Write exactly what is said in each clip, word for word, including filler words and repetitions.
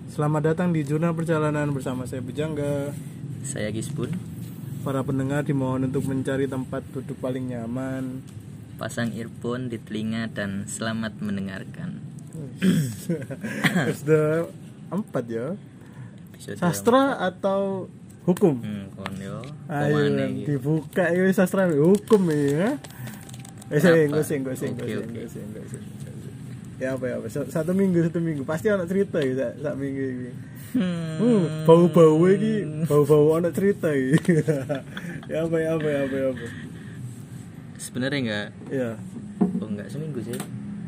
Selamat datang di Jurnal Perjalanan bersama saya Bujangga. Saya Gispun. Para pendengar dimohon untuk mencari tempat duduk paling nyaman. Pasang earphone di telinga dan selamat mendengarkan. Sudah empat ya. Episode Sastra atau hukum? Hmm, kon yo. Ayo Komane iki. dibuka ini sastra hukum ya. Eh saya enggak sih, enggak sih, Oke, enggak sih, oke. enggak sih, enggak sih. Ya apa ya apa satu minggu satu minggu pasti ada cerita ya sak minggu ini. Hmm. Uh, bau-bau iki, bau-bau ana cerita iki. Ya apa ya apa ya apa ya apa. Sebenarnya enggak Ya. oh enggak seminggu sih.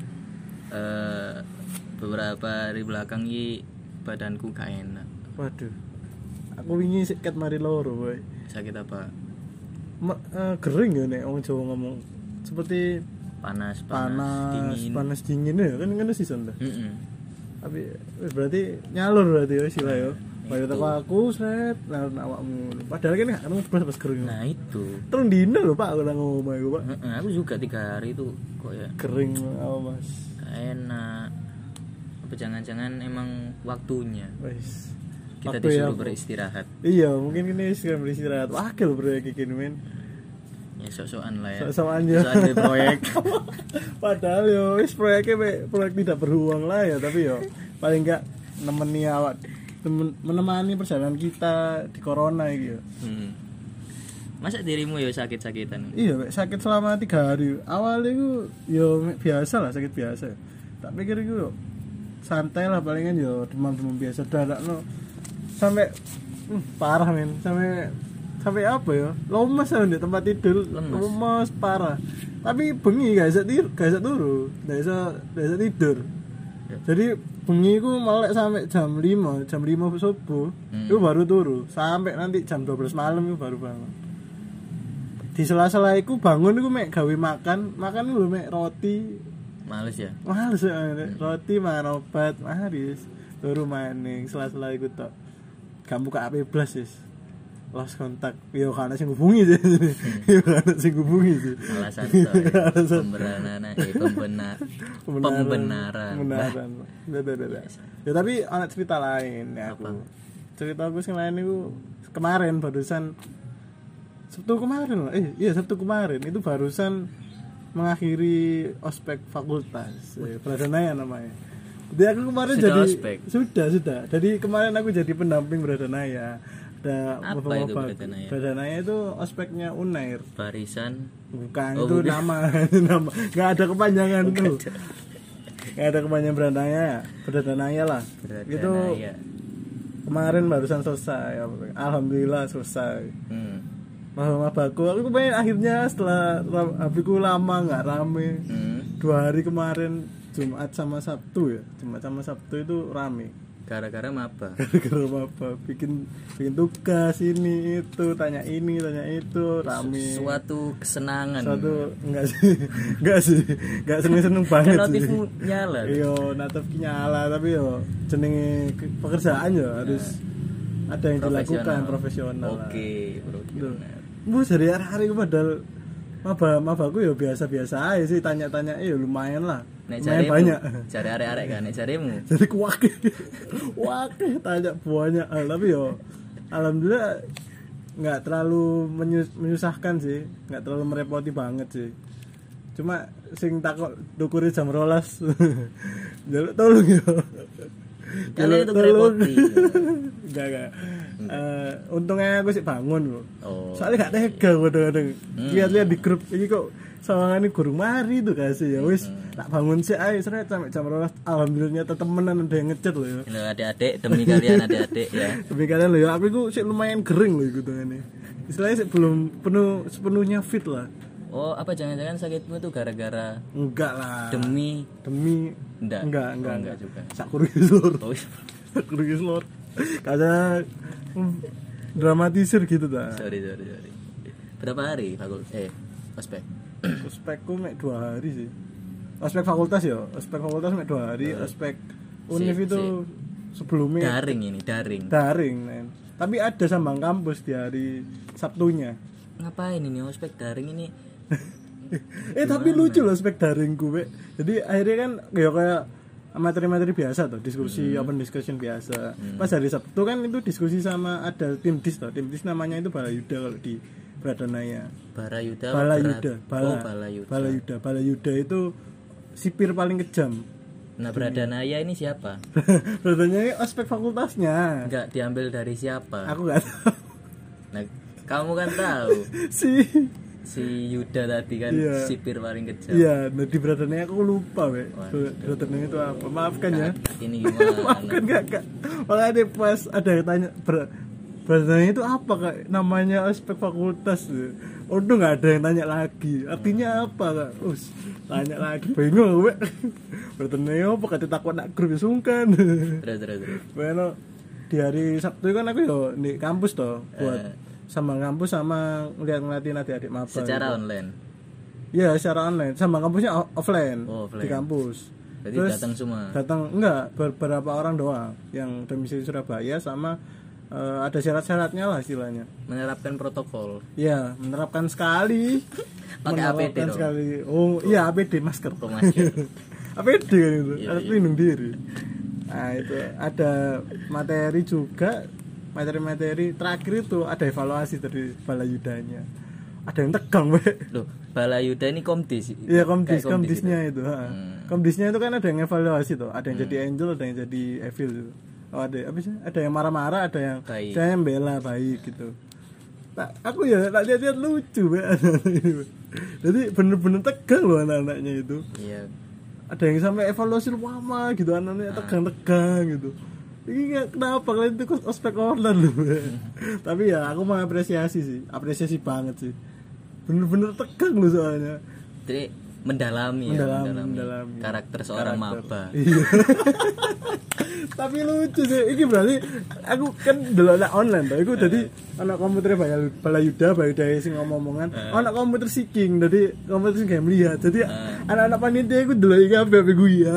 Eh beberapa hari belakang ini badanku gak enak. Waduh. Aku wingi sikat mari loro, boy. Sakit apa? Ma- eh, kering ya nek wong Jawa ngomong. Seperti Panas, panas, panas, dingin. panas dingin ya kan kan season dah. Mm-mm. Tapi wis berarti nyalur berarti ya sila ya. Bayu itu. teko aku sret nalur awakmu. Padahal kan gak nemu pas kering. Nah, itu. Terus dino lho Pak aku nang omah iku, Pak. Heeh, aku juga tiga hari itu kok ya Kering apa Mas? gak enak. Apa jangan-jangan emang waktunya Wis. kita Waktu ya, disuruh Bu. beristirahat. Iya, mungkin ini sekarang beristirahat. Wakil bro kayak gini men. Ya sok-sokan lah ya. Sok-sokan ya. Sok-sokan di proyek. Padahal yo wis proyeknya pe- proyek tidak beruang lah ya, tapi yo paling enggak nemeni awak temen- menemani perjalanan kita di corona iki yo. Hmm. Masa dirimu ya sakit-sakitan? Iya, Pak, sakit selama tiga hari. Awalnya itu yo biasa lah, sakit biasa. Tak pikir itu yo santai lah palingan yo demam-demam biasa dadakno sampai hmm, parah men, sampai sampai apa ya? Lemes lah di tempat tidur, Lemes. lemes parah. Tapi bengi gak bisa tidur, gak bisa turu, gak bisa gak bisa tidur. Ya. Jadi bengi ku melek sampai jam lima, jam lima subuh, Hmm. itu baru turu. Sampai nanti jam dua belas malam itu baru bangun. Di sela-sela iku bangun iku mek gawe makan, makan lho mek roti. Males ya? Males ya, roti mangan obat, maris. Turu maning sela-sela iku tok. Gak buka H P blas wis. Lost kontak. Yo kan sing hubungi sih. Yo kan sing hubungi sih. Alasan toh. Ya. Pembenaran eh pembenar pembenaran. Pembenaran. Beda beda. Ya tapi ada cerita lain ya aku. Apa? Cerita aku sing lain itu kemarin barusan Sabtu kemarin lah. Eh iya Sabtu kemarin itu barusan mengakhiri ospek fakultas. Eh, Bradanaya namanya. Jadi aku kemarin Sudah jadi ospek? sudah sudah. Jadi kemarin aku jadi pendamping Bradanaya. Ada Apa beberapa itu bag- Bradanaya? Bradanaya itu ospeknya Unair. Barisan Bukan Oh, itu bukan. nama nama nggak ada kepanjangan tuh. Nggak ada kepanjangan Bradanaya, Bradanaya lah. Itu Bradanaya. kemarin barusan selesai. Alhamdulillah selesai. Hmm. Mama baku aku pengen akhirnya setelah habisku lama nggak rame. Hmm. Dua hari kemarin Jumat sama Sabtu ya. Jumat sama Sabtu itu rame. Gara-gara maba. Gara-gara apa? Bikin bikin tugas ini itu, tanya ini, tanya itu, rame. Suatu kesenangan. Suatu enggak sih. Enggak sih. Enggak seneng-seneng banget Kan sih. notifmu nyala. Iya, notif nyala tapi yo jenenge ke- pekerjaan ya harus ada yang dilakukan profesional. lah. Oke, Tuh. profesional. Bu dari hari-hari ku padahal maba mabaku ya biasa-biasa aja sih tanya-tanya eh lumayan lah. Nek Lumayan jaremu, banyak. cari arek-arek kan, nek jaremu. Jadi kuwake. Wake tanya banyak hal tapi yo alhamdulillah nggak terlalu menyus- menyusahkan sih, nggak terlalu merepoti banget sih. Cuma sing takut dukuri jam rolas. Jaluk tolong yo. Kalian itu Jaluk merepoti. Enggak enggak. Eh, untungnya aku sih bangun kok. Oh. Soalnya gak tega kadang-kadang. Hmm. Lihat-lihat di grup ini kok sawangane gurung mari tuh kasih ya wis tak bangun sih ae seret sampai jam dua belas alhamdulillah temenan ada yang ngechat loh ya. Halo adik-adik, demi kalian adik-adik ya. Tapi kalian loh ya aku itu sih lumayan kering loh gitu ini. Istilahnya sih belum penuh sepenuhnya fit lah. Oh, apa jangan-jangan sakitmu tuh gara-gara Enggak lah. demi demi Enggak. enggak Oh, enggak, enggak juga. Sakurigi lur. Oh, iya. Sakurigi lur. Karena hmm, dramatisir gitu dah. sorry, sorry, sorry. Berapa hari fakultas? Eh, ospek. Ospekku mek dua hari sih. Ospek fakultas ya, ospek fakultas mek dua hari, ospek univ Si- itu sebelumnya Daring ini, daring. daring, men. Tapi ada sambang kampus di hari Sabtunya. Ngapain ini ospek daring ini? eh tapi lucu loh ospek daring gue. Jadi akhirnya kan ya kayak materi-materi biasa tuh, diskusi Hmm. open discussion biasa. Hmm. Pas hari Sabtu kan itu diskusi sama ada tim dis tuh. Tim dis namanya itu Balayuda kalau di Bradanaya. Barayuda. Balayuda, Bala, Bala, oh, Balayuda. Balayuda, Balayuda itu sipir paling kejam. Nah, Bradanaya ini siapa? Bradanaya ospek fakultasnya. Enggak diambil dari siapa? Aku nggak tahu. Nah, kamu kan tahu si si Yuda tadi kan Iya. sipir paling kejam. iya, nah di Bradanaya aku lupa, Wek. Waduh. Bradanaya itu apa? Maafkan ya. Ini gimana? Maafkan kakak. Makanya pas ada yang tanya ber Bradanaya itu apa kak? Namanya ospek fakultas. Udah nggak ada yang tanya lagi. Artinya apa kak? Us, tanya lagi. Bingung, Wek. Bradanaya apa? Kata takut nak grup sungkan. Terus terus terus. Bueno, di hari Sabtu kan aku yo di kampus toh buat Eh. sama kampus sama ngeliat ngeliatin adik-adik maba. Secara gitu. online. Iya, secara online. Sama kampusnya o- offline, Oh, offline. di kampus. Jadi datang semua. Datang enggak, beberapa orang doang yang domisili Surabaya sama eh, ada syarat-syaratnya lah istilahnya. Menerapkan protokol. Iya, menerapkan sekali. Pakai A P D Menerapkan dong. sekali. Oh, iya A P D masker. Oh, masker. A P D kan itu, Iya, alat iya. pelindung diri. Nah, itu ada materi juga, materi-materi terakhir itu ada evaluasi dari Balayudanya. Ada yang tegang, Wek. Loh, Balayuda ini komdis. Iya, komdis, Kayak komdisnya itu. itu, ha. Hmm. Komdisnya itu kan ada yang evaluasi tuh, ada yang jadi angel, ada yang jadi evil gitu. Oh, ada apa sih? Ada yang marah-marah, ada yang Baik. ada yang bela baik gitu. Nah, aku ya tak lihat-lihat lucu, Wek. Jadi bener-bener tegang loh anak-anaknya itu. Iya. Ada yang sampai evaluasi lama gitu, anak-anaknya tegang-tegang gitu. Ini nggak- kenapa kalian itu ospek online loh? Tapi ya aku mengapresiasi sih, apresiasi banget sih. Bener-bener tegang loh soalnya. Jadi mendalami, ya, Mendalami, mendalami. karakter seorang Karakter. maba. Iya. Tapi lucu sih. Ini berarti aku kan delok online tuh. Iku dadi anak komputer Bayal- Balayuda, Balayuda sing ngomong-ngomongan, anak komputer seeking, dadi komputer sing game lihat. Jadi anak-anak panitia iku delok iki apa apa gue ya.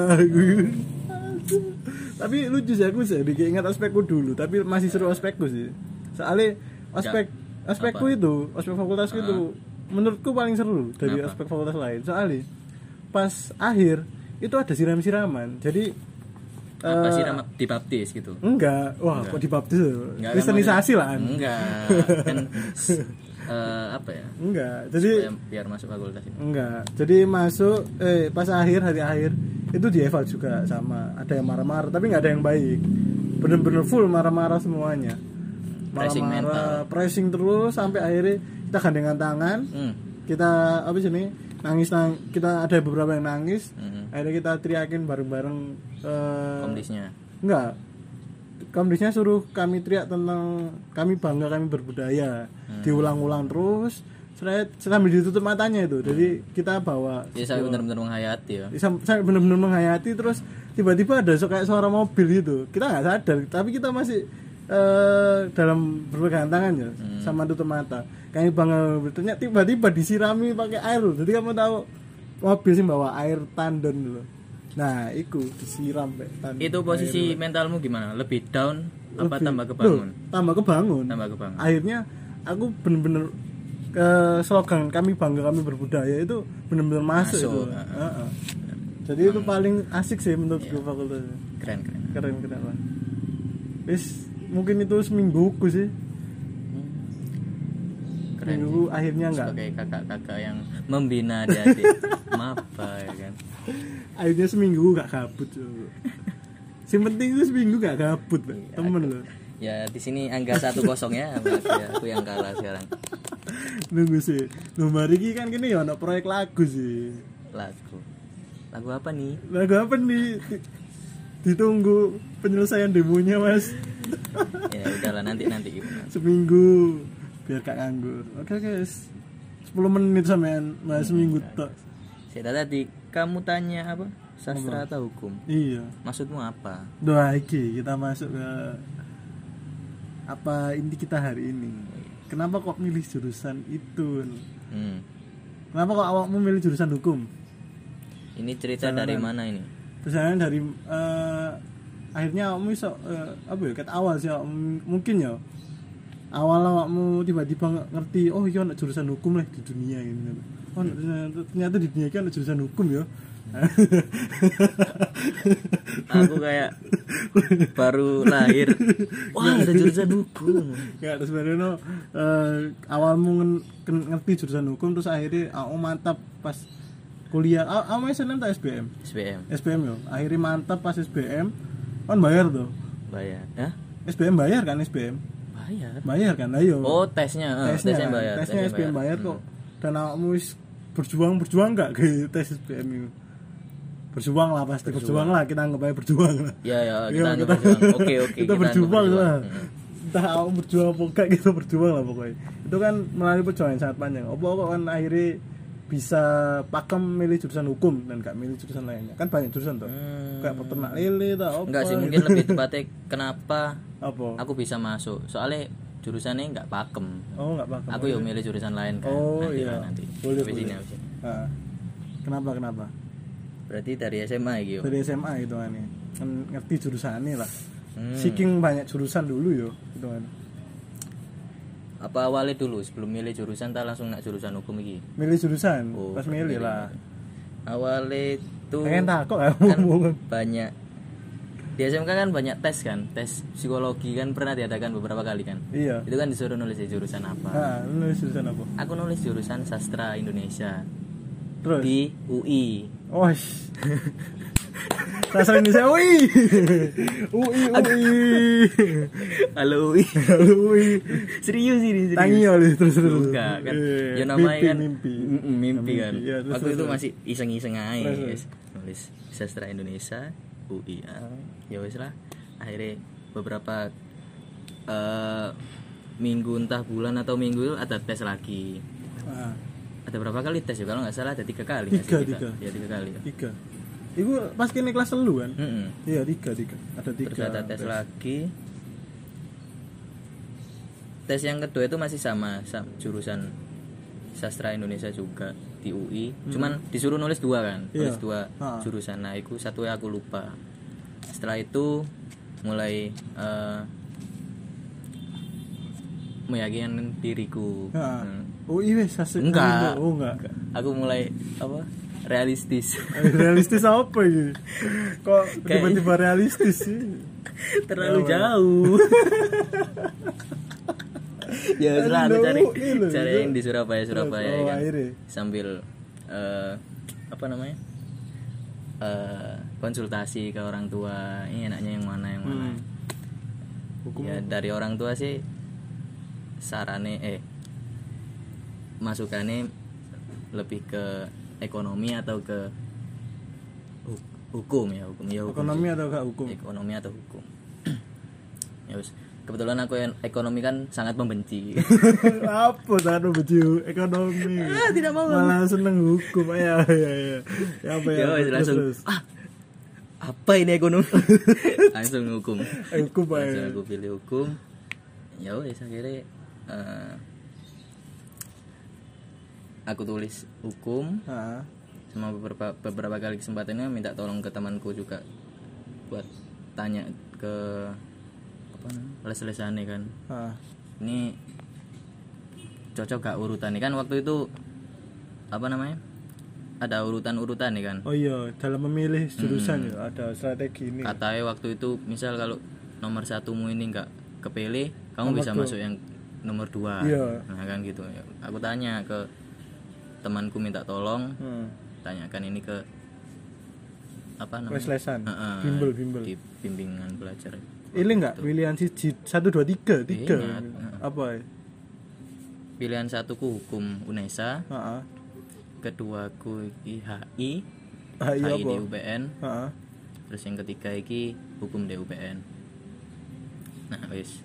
Tapi lucu sih aku sih dikit ingat ospekku dulu, tapi masih seru ospekku sih. Soalnya ospek ospekku Apa? itu, ospek fakultasku itu menurutku paling seru dari Kenapa? ospek fakultas lain. Soalnya pas akhir itu ada siram-siraman. Jadi Apa eh, sih nama dibaptis gitu? enggak, wah Enggak. kok dibaptis ya? Enggak, Kristenisasi kan, lah. Enggak. Kan s- eh, apa ya? Enggak. Jadi Supaya biar masuk fakultas ini. enggak. Jadi masuk eh pas akhir hari akhir itu dieval juga sama ada yang marah-marah tapi nggak ada yang baik. Bener-bener full marah-marah semuanya. Pressing Marah-marah, pressing terus sampai akhirnya kita gandengan tangan. Hmm. Kita apa sih nih? Nangis nang kita ada beberapa yang nangis. Hmm. Akhirnya kita teriakin bareng-bareng eh, Komdisnya. enggak. Komdisnya suruh kami teriak tentang kami bangga kami berbudaya. Diulang-ulang terus. Saya sambil ditutup matanya itu. Jadi kita bawa Jadi saya benar-benar menghayati ya. sam- saya benar-benar menghayati terus tiba-tiba ada so, kayak suara mobil gitu. Kita nggak sadar, tapi kita masih eh, dalam berpegangan tangan ya sama tutup mata. Kami bangga ternyata tiba-tiba disirami pakai air loh. Jadi kamu tahu mobil sih bawa air tandon dulu. Nah, itu disiram Pak, tandon. Itu posisi mentalmu gimana? Lebih down apa Lebih- tambah kebangun? Loh, tambah kebangun. Tambah kebangun. Akhirnya aku bener-bener ke slogan kami bangga kami berbudaya itu bener-bener masuk, Masuk, itu. heeh. Heeh. Jadi itu paling asik sih menurutku fakultas. Keren keren. Keren keren lah. Wis mungkin itu semingguku sih. Keren. Seminggu akhirnya enggak. Sebagai kakak-kakak yang membina adik-adik maba ya kan. Akhirnya seminggu gak gabut. Coba. Yang penting itu seminggu gak gabut, Pak. Temen loh. Ya di sini angka satu kosong ya, berarti ya, aku yang kalah sekarang. Nunggu sih. Nomor ini kan gini ya ada proyek lagu sih. Lagu. Lagu apa nih? Lagu apa nih? Di- Ditunggu penyelesaian demonya, Mas. Ya udahlah nanti nanti gitu. Seminggu biar gak nganggur. Oke, guys. sepuluh menit sampean Mas seminggu tok. Saya tadi kamu tanya apa? Sastra atau hukum? Iya. Maksudmu apa? Doa iki kita masuk ke apa inti kita hari ini. Kenapa kok milih jurusan itu? Hmm. Kenapa kok awakmu milih jurusan hukum? Ini cerita Jalanan. dari mana ini? Misalnya dari eh, akhirnya awakmu iso eh, apa ya? Ket awal sih awakmu- mungkin ya. Awal awakmu tiba-tiba nge- ngerti, oh iya ada jurusan hukum lah di dunia ini. Oh ternyata di dunia ini ada jurusan hukum ya. Aku kayak baru lahir. Wah, ada jurusan hukum. Ya terus baru uh, awalmu ngen- ngerti jurusan hukum terus akhirnya aku mantap pas kuliah. Kamu S N M tak S B M? S B M. S B M yo. Akhirnya mantap pas S B M. Kan bayar tuh. Bayar. Hah? S B M bayar kan S B M? Bayar. Bayar kan? Ayo. Oh, tesnya. Uh, tesnya, tesnya bayar. Tesnya S B M bayar kok. Dan awakmu wis berjuang berjuang enggak ke tes S B M itu? Berjuang lah pasti berjuang, berjuang lah, kita anggap aja berjuang lah. Ya ya, kita anggap berjuang. Oke oke, kita, kita berjuang lah. Hmm. Entah awak berjuang apa enggak, kita berjuang lah pokoknya. Itu kan melalui perjuangan yang sangat panjang. Apa kok kan akhirnya bisa pakem milih jurusan hukum dan enggak milih jurusan lainnya. Kan banyak jurusan tuh. Hmm. Kayak peternak lele atau apa. Enggak sih, mungkin lebih tepatnya kenapa apa? Aku bisa masuk. Soalnya jurusannya enggak pakem. Oh, enggak pakem. Aku yo milih jurusan lain kan. Oh, nanti iya. lah nanti. Boleh, habis boleh. ini, habis ini. Nah, kenapa kenapa? Berarti dari S M A gitu. Dari S M A gitu kan. Kan ngerti jurusannya lah. Hmm. Seeking banyak jurusan dulu yo, gitu kan. Apa awalnya dulu sebelum milih jurusan tak langsung nak jurusan hukum iki? Milih jurusan, Oh, pas milih lah. Awalnya tuh Pengen takut kan kan banyak di S M K kan banyak tes kan, tes psikologi kan pernah diadakan beberapa kali kan. Iya. Itu kan disuruh nulis di jurusan apa. Nah, lu nulis jurusan apa? Aku nulis jurusan sastra Indonesia Terus? di U I. Oh, Sastra Indonesia U I. U I U I. Halo U I. Halo U I. Serius ini serius. Tangi oleh terus terus. Enggak kan. Eh, Ya namanya mimpi, kan mimpi. Mm-mm, mimpi kan. Ya, terus, Waktu terus, itu terus. masih iseng-iseng aja Terus, guys. Nulis sastra Indonesia U I. Ah, ya wis lah. Akhirnya beberapa eh, minggu entah bulan atau minggu ada tes lagi. Ah, Ada berapa kali tes ya? Kalau nggak salah ada tiga kali. nggak Tiga, sih kita? tiga. Ya tiga kali. Ya. tiga. Iku pas kene kelas telu kan? Mm-mm. Iya, tiga, tiga. Ada tiga. Terus ada tes lagi. Tes yang kedua itu masih sama, sama jurusan sastra Indonesia juga di U I. Hmm. Cuman disuruh nulis dua kan, Iya. nulis dua Ha. jurusan. Nah, itu satu aku lupa. Setelah itu mulai uh, meyakinkan diriku. Nah, Hmm. U I wes asik. Enggak. Oh, enggak. Aku mulai apa? Realistis. Realistis apa ini? Kok Kayak- tiba-tiba realistis sih? Terlalu Oh, jauh. Ya setelah aku Aduh, cari ini loh, cari itu. yang di Surabaya Surabaya Oh, kan. akhirnya. Sambil eh, apa namanya? Eh, konsultasi ke orang tua. Ini enaknya yang mana yang mana. Hmm. Hukum Ya dari orang tua sih sarane eh masukannya lebih ke ekonomi atau ke hu- hukum ya hukum ya hukum ekonomi sih. atau enggak hukum? Ekonomi atau hukum. Ya wis kebetulan aku yang ekonomi kan sangat membenci. Apa sangat baju ekonomi? Ah, tidak mau. Malah seneng hukum. Ya ya ya. Ya apa ya? Ya wis Terus, langsung terus. ah apa ini ekonomi? Langsung hukum. Eh, hukum Langsung aja. aku pilih hukum. Ya wis akhirnya eh, aku tulis hukum Heeh. sama beberapa beberapa kali kesempatannya minta tolong ke temanku juga buat tanya ke apa namanya les-lesannya kan Heeh. ini cocok gak urutannya kan waktu itu apa namanya ada urutan-urutan nih kan Oh iya, dalam memilih jurusan Hmm. ya ada strategi ini. katanya waktu itu misal kalau nomor satumu ini nggak kepilih kamu Nomor bisa dua. masuk yang nomor dua Iya. nah kan gitu ya aku tanya ke temanku minta tolong Hmm. tanyakan ini ke apa namanya Les-lesan. Heeh, Bimbel, bimbel. di bimbingan belajar Ini enggak pilihan siji satu dua tiga tiga. Ingat, heeh. Apa ya? pilihan satuku hukum UNESA Heeh. keduaku iki H I Ah H iya I di apa? U P N Heeh. terus yang ketiga iki hukum di U P N nah wis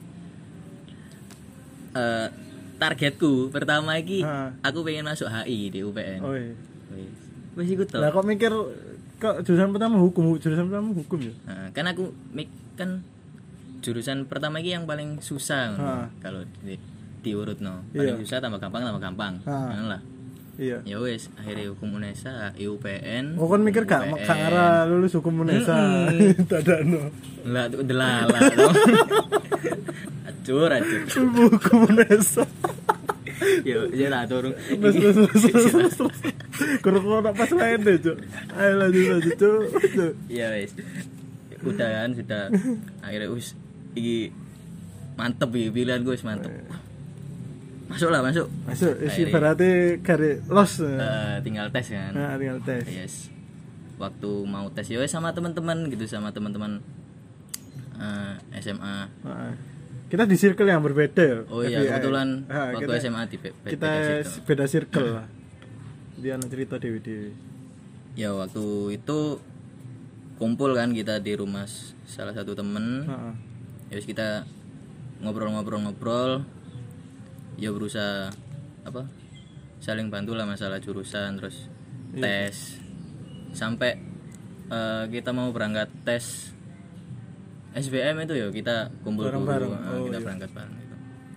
Eh, targetku pertama iki Ha. aku pengen masuk H I di U P N Oh iya. wis wis iku to Lah kok mikir kok jurusan pertama hukum, jurusan pertama hukum ya? nah, kan aku mik kan jurusan pertama iki yang paling susah Ha. kalau di, diurut no paling Iya. susah tambah gampang tambah gampang Ha. Ngono lah Iya. ya wis akhirnya hukum UNESA I U P N Oh kan mikir gak U P N. gak ngarah lulus hukum Unesa. Dadakno. lah itu delala dong acur acur Hukum Unesa. Yo, saya tak turun. Terus terus terus terus terus. Kurang nak pas lain deh, Cuk. Ayo lanjut lanjut, Cuk. Cuk. Iya, wes. Udah kan, sudah. Akhirnya us iki mantep ya, pilihan gue mantep. Masuk lah, masuk. Masuk, isi Akhirnya, berarti garis los. eh, tinggal tes kan. Nah, tinggal tes. Yes. Waktu mau tes ya sama teman-teman gitu, sama teman-teman eh, S M A. Nah, kita di circle yang berbeda ya. Oh iya, F B I. kebetulan Nah, waktu kita, S M A di be- be- kita beda situ. beda circle lah. Dia anak cerita dewi-dewi. Ya waktu itu kumpul kan kita di rumah s- salah satu temen. Heeh. Ya wis kita ngobrol-ngobrol-ngobrol. Ya berusaha apa? Saling bantu lah masalah jurusan, terus Iya. tes. Sampai eh, kita mau berangkat tes S B M itu ya kita kumpul dulu, Bareng-bareng. eh, Oh, kita iya. berangkat bareng gitu.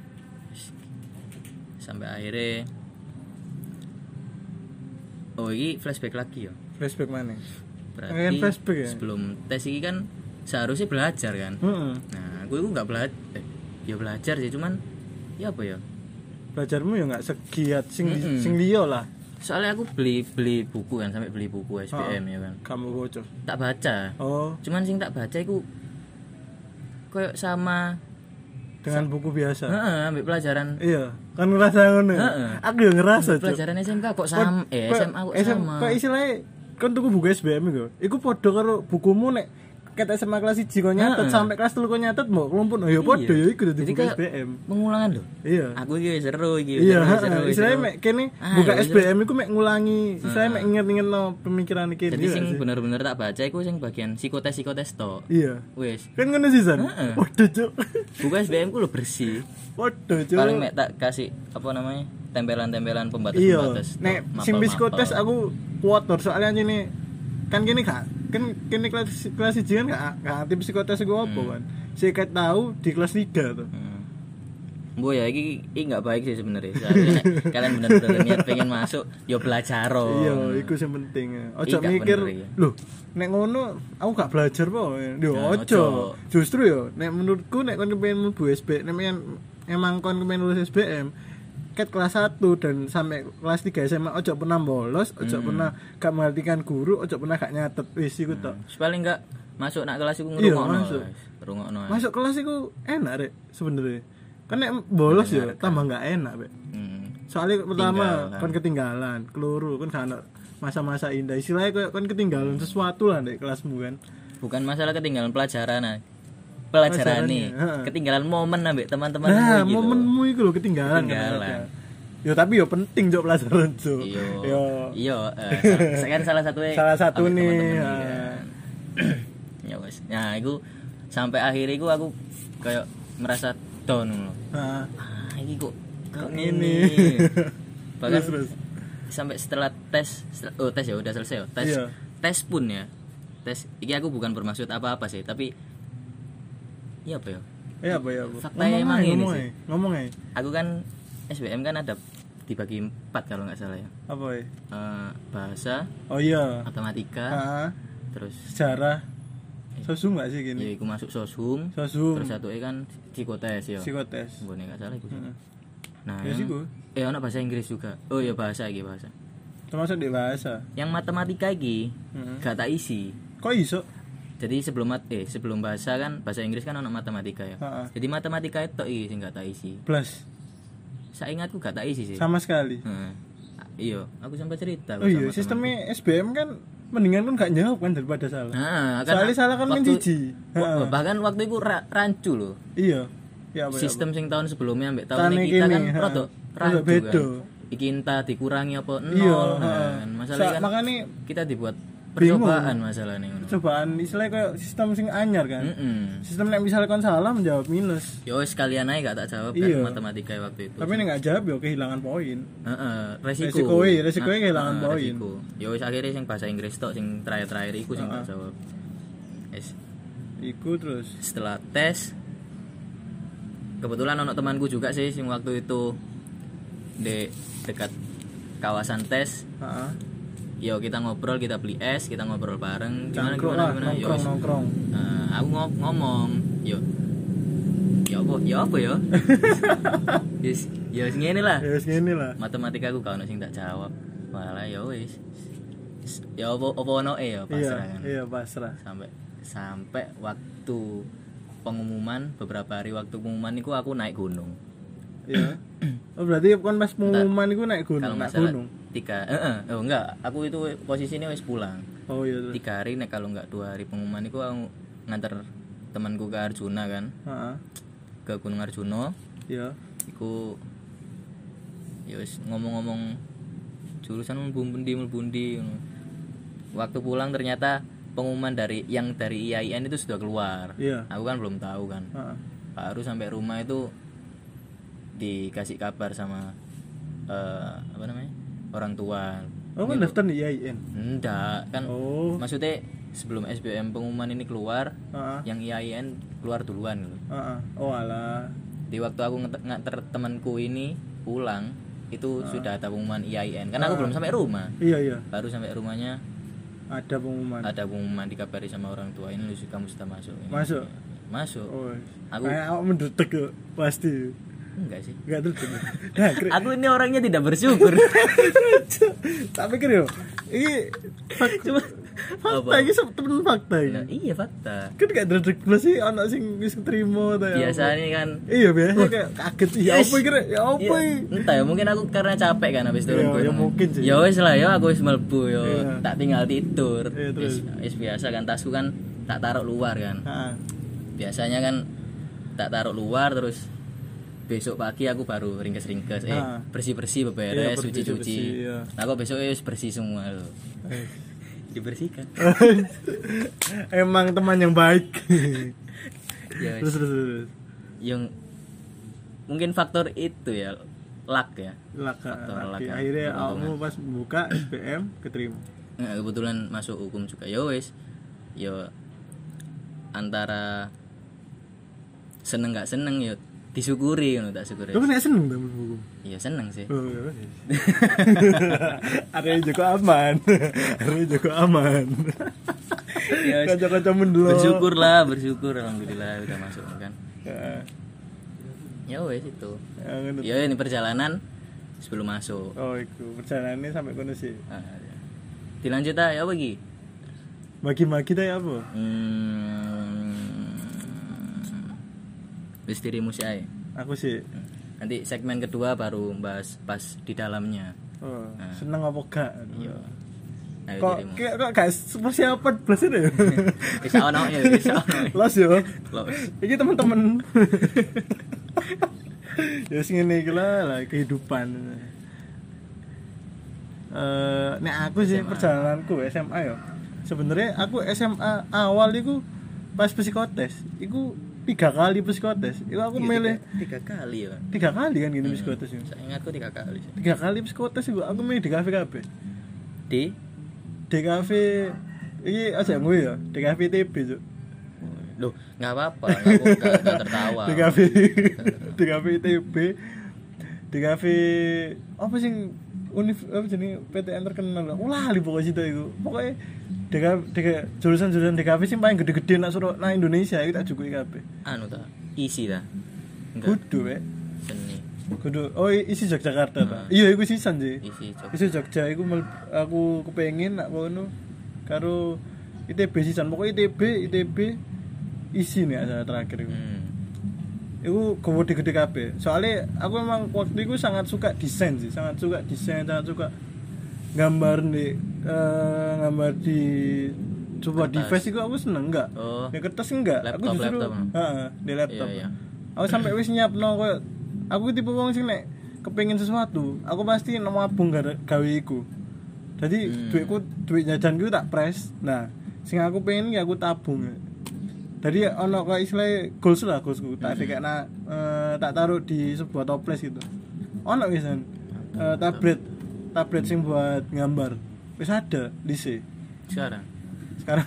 Sampai akhirnya oh ini flashback lagi ya. Flashback mana? Berarti Pengen flashback ya? sebelum tes ini kan seharusnya belajar kan. Heeh. Nah, gue itu nggak belajar, eh, ya belajar sih, cuman ya apa ya? Belajarmu ya nggak segiat sing Mm-mm. sing liyo lah. Soalnya aku beli beli buku kan, sampai beli buku S B M ya kan. Kamu bocor. Tak baca. Oh, Cuman sing tak baca itu kayak sama dengan buku biasa. heeh, ambil pelajaran Iya, kan ngerasa ngono. Heeh. Aku ya ngerasa, Cuk. pelajaran S M K kok sama eh S M A kok sama. Kok istilahnya kan tuku buku S B M iku. Iku padha karo bukumu nek ket S M A kelas satu kok nyatet Heeh. sampai kelas tiga kok nyatet mbok kelompok ya padha Iya. ya iku dadi Jadi buku kayak S B M. pengulangan loh. Iya. Aku iki seru iki. Iya, seru, seru, heeh. Istilahnya seru. mek kene Ah, buka iya, S B M iku mek ngulangi, istilahnya mek inget-ingetno pemikiran iki. Jadi iya sing sih? bener-bener tak baca iku sing bagian psikotes psikotes to. Iya. Wis. Kan ngono sih, San. Heeh. Waduh, Cuk. Buku S B M ku lo bersih. Waduh, Cuk. Paling mek tak kasih apa namanya? Tempelan-tempelan Iya. pembatas-pembatas. Nek Mapel-mapel. sing psikotes aku kuotor soalnya ini kan gini kak kan kini kelas kelas siji kan gak gak ngerti psikotes iku apa kan. Saya kayak tahu di kelas tiga tuh. Hmm. Bu ya iki iki enggak baik sih sebenarnya. Soalnya nek kalian bener-bener niat pengen masuk, yo belajar. Iya, iku sing penting. Ojo Iki gak mikir, bener iki. loh, nek ngono aku gak belajar po. Yo Nah, ojo. ojo. Justru yo nek menurutku nek kon kepengin mlebu S B M, nek men- emang kon kepengin lulus S B M, ket kelas satu dan sampai kelas tiga S M A ojo pernah bolos, ojo Hmm. pernah gak memperhatikan guru, ojo pernah gak nyatet. Wis iku tok. Paling enggak masuk nak kelas iku Iya, ngrungokno. masuk. guys. Ngrungokno. Masuk kelas iku enak rek sebenarnya. Kan nek bolos yo Mendengarkan. tambah gak enak, Bek. Hmm. Soalnya pertama Tinggal, kan. kon ketinggalan, keluru kan gak ono masa-masa indah. Istilahnya kayak kon ketinggalan sesuatu lah di kelasmu kan. Bukan masalah ketinggalan pelajaran nah. Pelajaran nih. Pelajarannya, heeh. Ketinggalan momen ambek teman-teman Nah, gitu. momenmu itu lho ketinggalan. Ketinggalan. kan. Yo tapi yo penting jo pelajaran jo. Iya. Yo Iya, eh, saya kan salah satu Salah satu ambek nih, teman-teman ah. nih kan. Ya wes. Nah, itu sampai akhir itu aku kayak merasa down loh. nah, Ah, ini kok kok ini. ini. Bahkan Terus, terus. sampai setelah tes, setelah- oh tes ya udah selesai ya. Tes Iya. tes pun ya. Tes iki aku bukan bermaksud apa-apa sih, tapi iya apa ya? Ya apa ya, Bu? Faktanya Ngomong emang aja, ini ngomong sih. aja. Ngomong aja. Aku kan S B M kan ada dibagi empat kalau nggak salah ya. Apa ya? Eh, bahasa, Oh iya. matematika, Ah, terus sejarah. Sosum gak sih ya gini? iku masuk sosum, Sosum. terus satu kan psikotes ya. Psikotes. Boleh nggak salah iku. sih. Heeh. Nah, Ya yang- sih, Bu. eh anak bahasa Inggris juga. Oh iya bahasa iki bahasa. Termasuk di bahasa. Yang matematika iki Heeh. gak tak isi. Kok iso? Jadi sebelum mat eh sebelum bahasa kan bahasa Inggris kan anak matematika ya. Heeh. Jadi matematika itu iki sing gak tak isi. Plus Saya ingatku gak tak isi sih. sama sekali. Heeh. Iya, aku sampai cerita. Oh iya, sama sistemnya S B M kan mendingan kan gak jawab kan daripada salah. Nah, Soalnya salah kan main waktu- siji. wa- Heeh. bahkan waktu itu ra, rancu loh. Iya. Ya apa ya. Sistem sing tahun sebelumnya ambek tahun Tahun ini ini, kita kan ha. rada Rada rancu beda. kan. Iki entah dikurangi apa nol. Iya, nah, heeh. masalahnya Sa- kan makanya kita dibuat bingung. percobaan masalahnya ngono. cobaan istilahnya kayak sistem sing anyar kan. Heeh. Sistem nek misalnya kon salah menjawab minus. Ya wis sekalian aja gak tak jawab Iya. kan matematika waktu itu. Tapi nek gak jawab ya kehilangan poin. Heeh, resiko. Resikoe, resikoe Nah, kehilangan nah, poin. resiko. Ya wis akhirnya sing bahasa Inggris tok sing terakhir-terakhir iku sing tak jawab. Wis Iku terus. setelah tes kebetulan anak temanku juga sih sing waktu itu di dekat kawasan tes. Heeh. Yo kita ngobrol, kita beli es, kita ngobrol bareng. Gimana Cangkruk gimana lah, gimana. Yo nongkrong wis. nongkrong. Nah, aku ngom- ngomong, yo ya apa ya apa ya yes ya wis ngene lah Ya wis ngene lah. matematika aku gak ono sing tak jawab malah ya wis ya apa apa ono e ya Iya, pasrah kan iya pasrah. sampai sampai waktu pengumuman beberapa hari waktu pengumuman itu aku naik gunung Iya. Oh berarti kan pas pengumuman iku naik gunung, kalau naik nggak salah gunung. tiga eh, eh, oh enggak aku itu posisinya wis pulang Oh iya. Terus. tiga hari nek kalau enggak dua hari pengumuman itu aku nganter temanku ke Arjuna kan Heeh. ke Gunung Arjuna Iya. iku ya wis ngomong-ngomong jurusan mbundi mbundi waktu pulang ternyata pengumuman dari yang dari I A I N itu sudah keluar Iya. aku kan belum tahu kan Heeh. baru sampai rumah itu dikasih kabar sama eh, apa namanya orang tua. Oh kan Gitu. daftar di I A I N. Enggak kan Oh. maksudnya sebelum S B M pengumuman ini keluar Heeh. yang I A I N keluar duluan gitu. Heeh. Oh alah. Di waktu aku nge- nganter temanku ini pulang itu sudah ada pengumuman I A I N kan aku belum sampai rumah Iya iya. baru sampai rumahnya Ada pengumuman. ada pengumuman dikabari sama orang tua ini lu kamu sudah masuk ini. Masuk. masuk Oh. Aku- Kayak awak mendetek yo pasti. enggak sih Enggak terus. Nah, kira- aku ini orangnya tidak bersyukur tak pikir yo. Ini fak- cuma fakta apa? ini temen fakta ini. Nah, iya fakta Kan gak dredeg plus sih ana sing wis keterima ta ya. biasanya kan Iya biasa kayak kaget sih. Ya Yes. apa kira? Ya apa ya, iki? entah ya mungkin aku karena capek kan habis turun Iya, gunung. ya mungkin sih. Ya wis lah ya aku wis mlebu yo Iya. tak tinggal tidur. Iya, terus. Wis wis biasa kan tasku kan tak taruh luar kan. Heeh. Biasanya kan tak taruh luar terus besok pagi aku baru ringkes-ringkes eh Ah. bersih-bersih beberes Iya, bersih-bersih, cuci-cuci. iya. Nah, aku besok wis bersih semua loh. Eh. Dibersihkan. Emang teman yang baik. Ya terus wis. terus terus. Yang mungkin faktor itu ya luck ya. Laka, Faktor laki. laka. Akhirnya Keuntungan. kamu pas buka S B M keterima. Nah, kebetulan masuk hukum juga ya wis yo antara seneng gak seneng yo disyukuri ngono tak syukuri Lu kan gak seneng banget buku. ya seneng sih Oh, iya. Arek juga aman. Arek juga aman. ya wis, Kaca-kaca mendelok. bersyukur lah bersyukur alhamdulillah udah masuk kan Ya, ya wis itu ya, ngono. ya ini perjalanan sebelum masuk Oh, itu perjalanannya sampai kono sih. nah, ya. dilanjut ah ya apa lagi Bagi-bagi ta ya apa? hmm, wis dirimu sih ae. Aku sih. Nanti segmen kedua baru bahas pas di dalamnya. Oh, Nah. seneng apa gak? Iya. Ayo Kok dirimu. kayak kok gak persiapan belas ini ya? Bisa ono ya, bisa ono. Los yo. Los. Iki teman-teman. Ya sing ngene iki lah lah, kehidupan. Eh, nek aku sih S M A. perjalananku S M A ya. Sebenarnya aku S M A awal iku pas psikotes, iku tiga kali psikotes. Iku aku Iya, milih tiga, tiga kali ya. tiga kali kan gini psikotes itu. Saya ingatku tiga kali. sih. Tiga kali psikotes iku aku milih di kafe kafe. Di Di kafe iki aja gue ya, di kafe T B, Cuk. Loh, enggak apa-apa, enggak enggak enggak tertawa. Di kafe di kafe I T B, di kafe apa sih univ apa jenis P T N terkenal lah. Ulah li pokoknya situ iku. Pokoknya di di jurusan-jurusan di kafe sih paling gede-gede nak suruh nang Indonesia iki tak jukuki kabeh. Anu ta, isi ta. Enggak. Kudu we. Seni. Kudu oh isi Yogyakarta ta. Nah. Iya iku sisan sih. Isi Jogja. Isi Jogja iku mel- aku kepengin nak kono karo I T B sisan. Pokoknya I T B I T B isi nih acara terakhir iku. Hmm. Iku gede-gede kabeh. Soalnya aku memang waktu itu sangat suka desain sih, sangat suka desain, sangat suka gambar di eh, gambar di coba Kertas. device itu aku seneng enggak? Oh. Di kertas enggak? aku Laptop, justru laptop. heeh, di laptop. Iya, iya. Aku sampai wis nyiapno koyo aku tipe wong sing nek kepengin sesuatu, aku pasti nabung gara- gawe iku. Jadi Hmm. duitku duit jajanku tak press. Nah, sing aku pengen ya aku tabung. Jadi ono kok istilah goals lah goalsku tak Hmm. fikirna eh, tak taruh di sebuah toples gitu. Ono wisan eh, tablet tablet sing buat gambar. Wis ada di C. Sekarang. Sekarang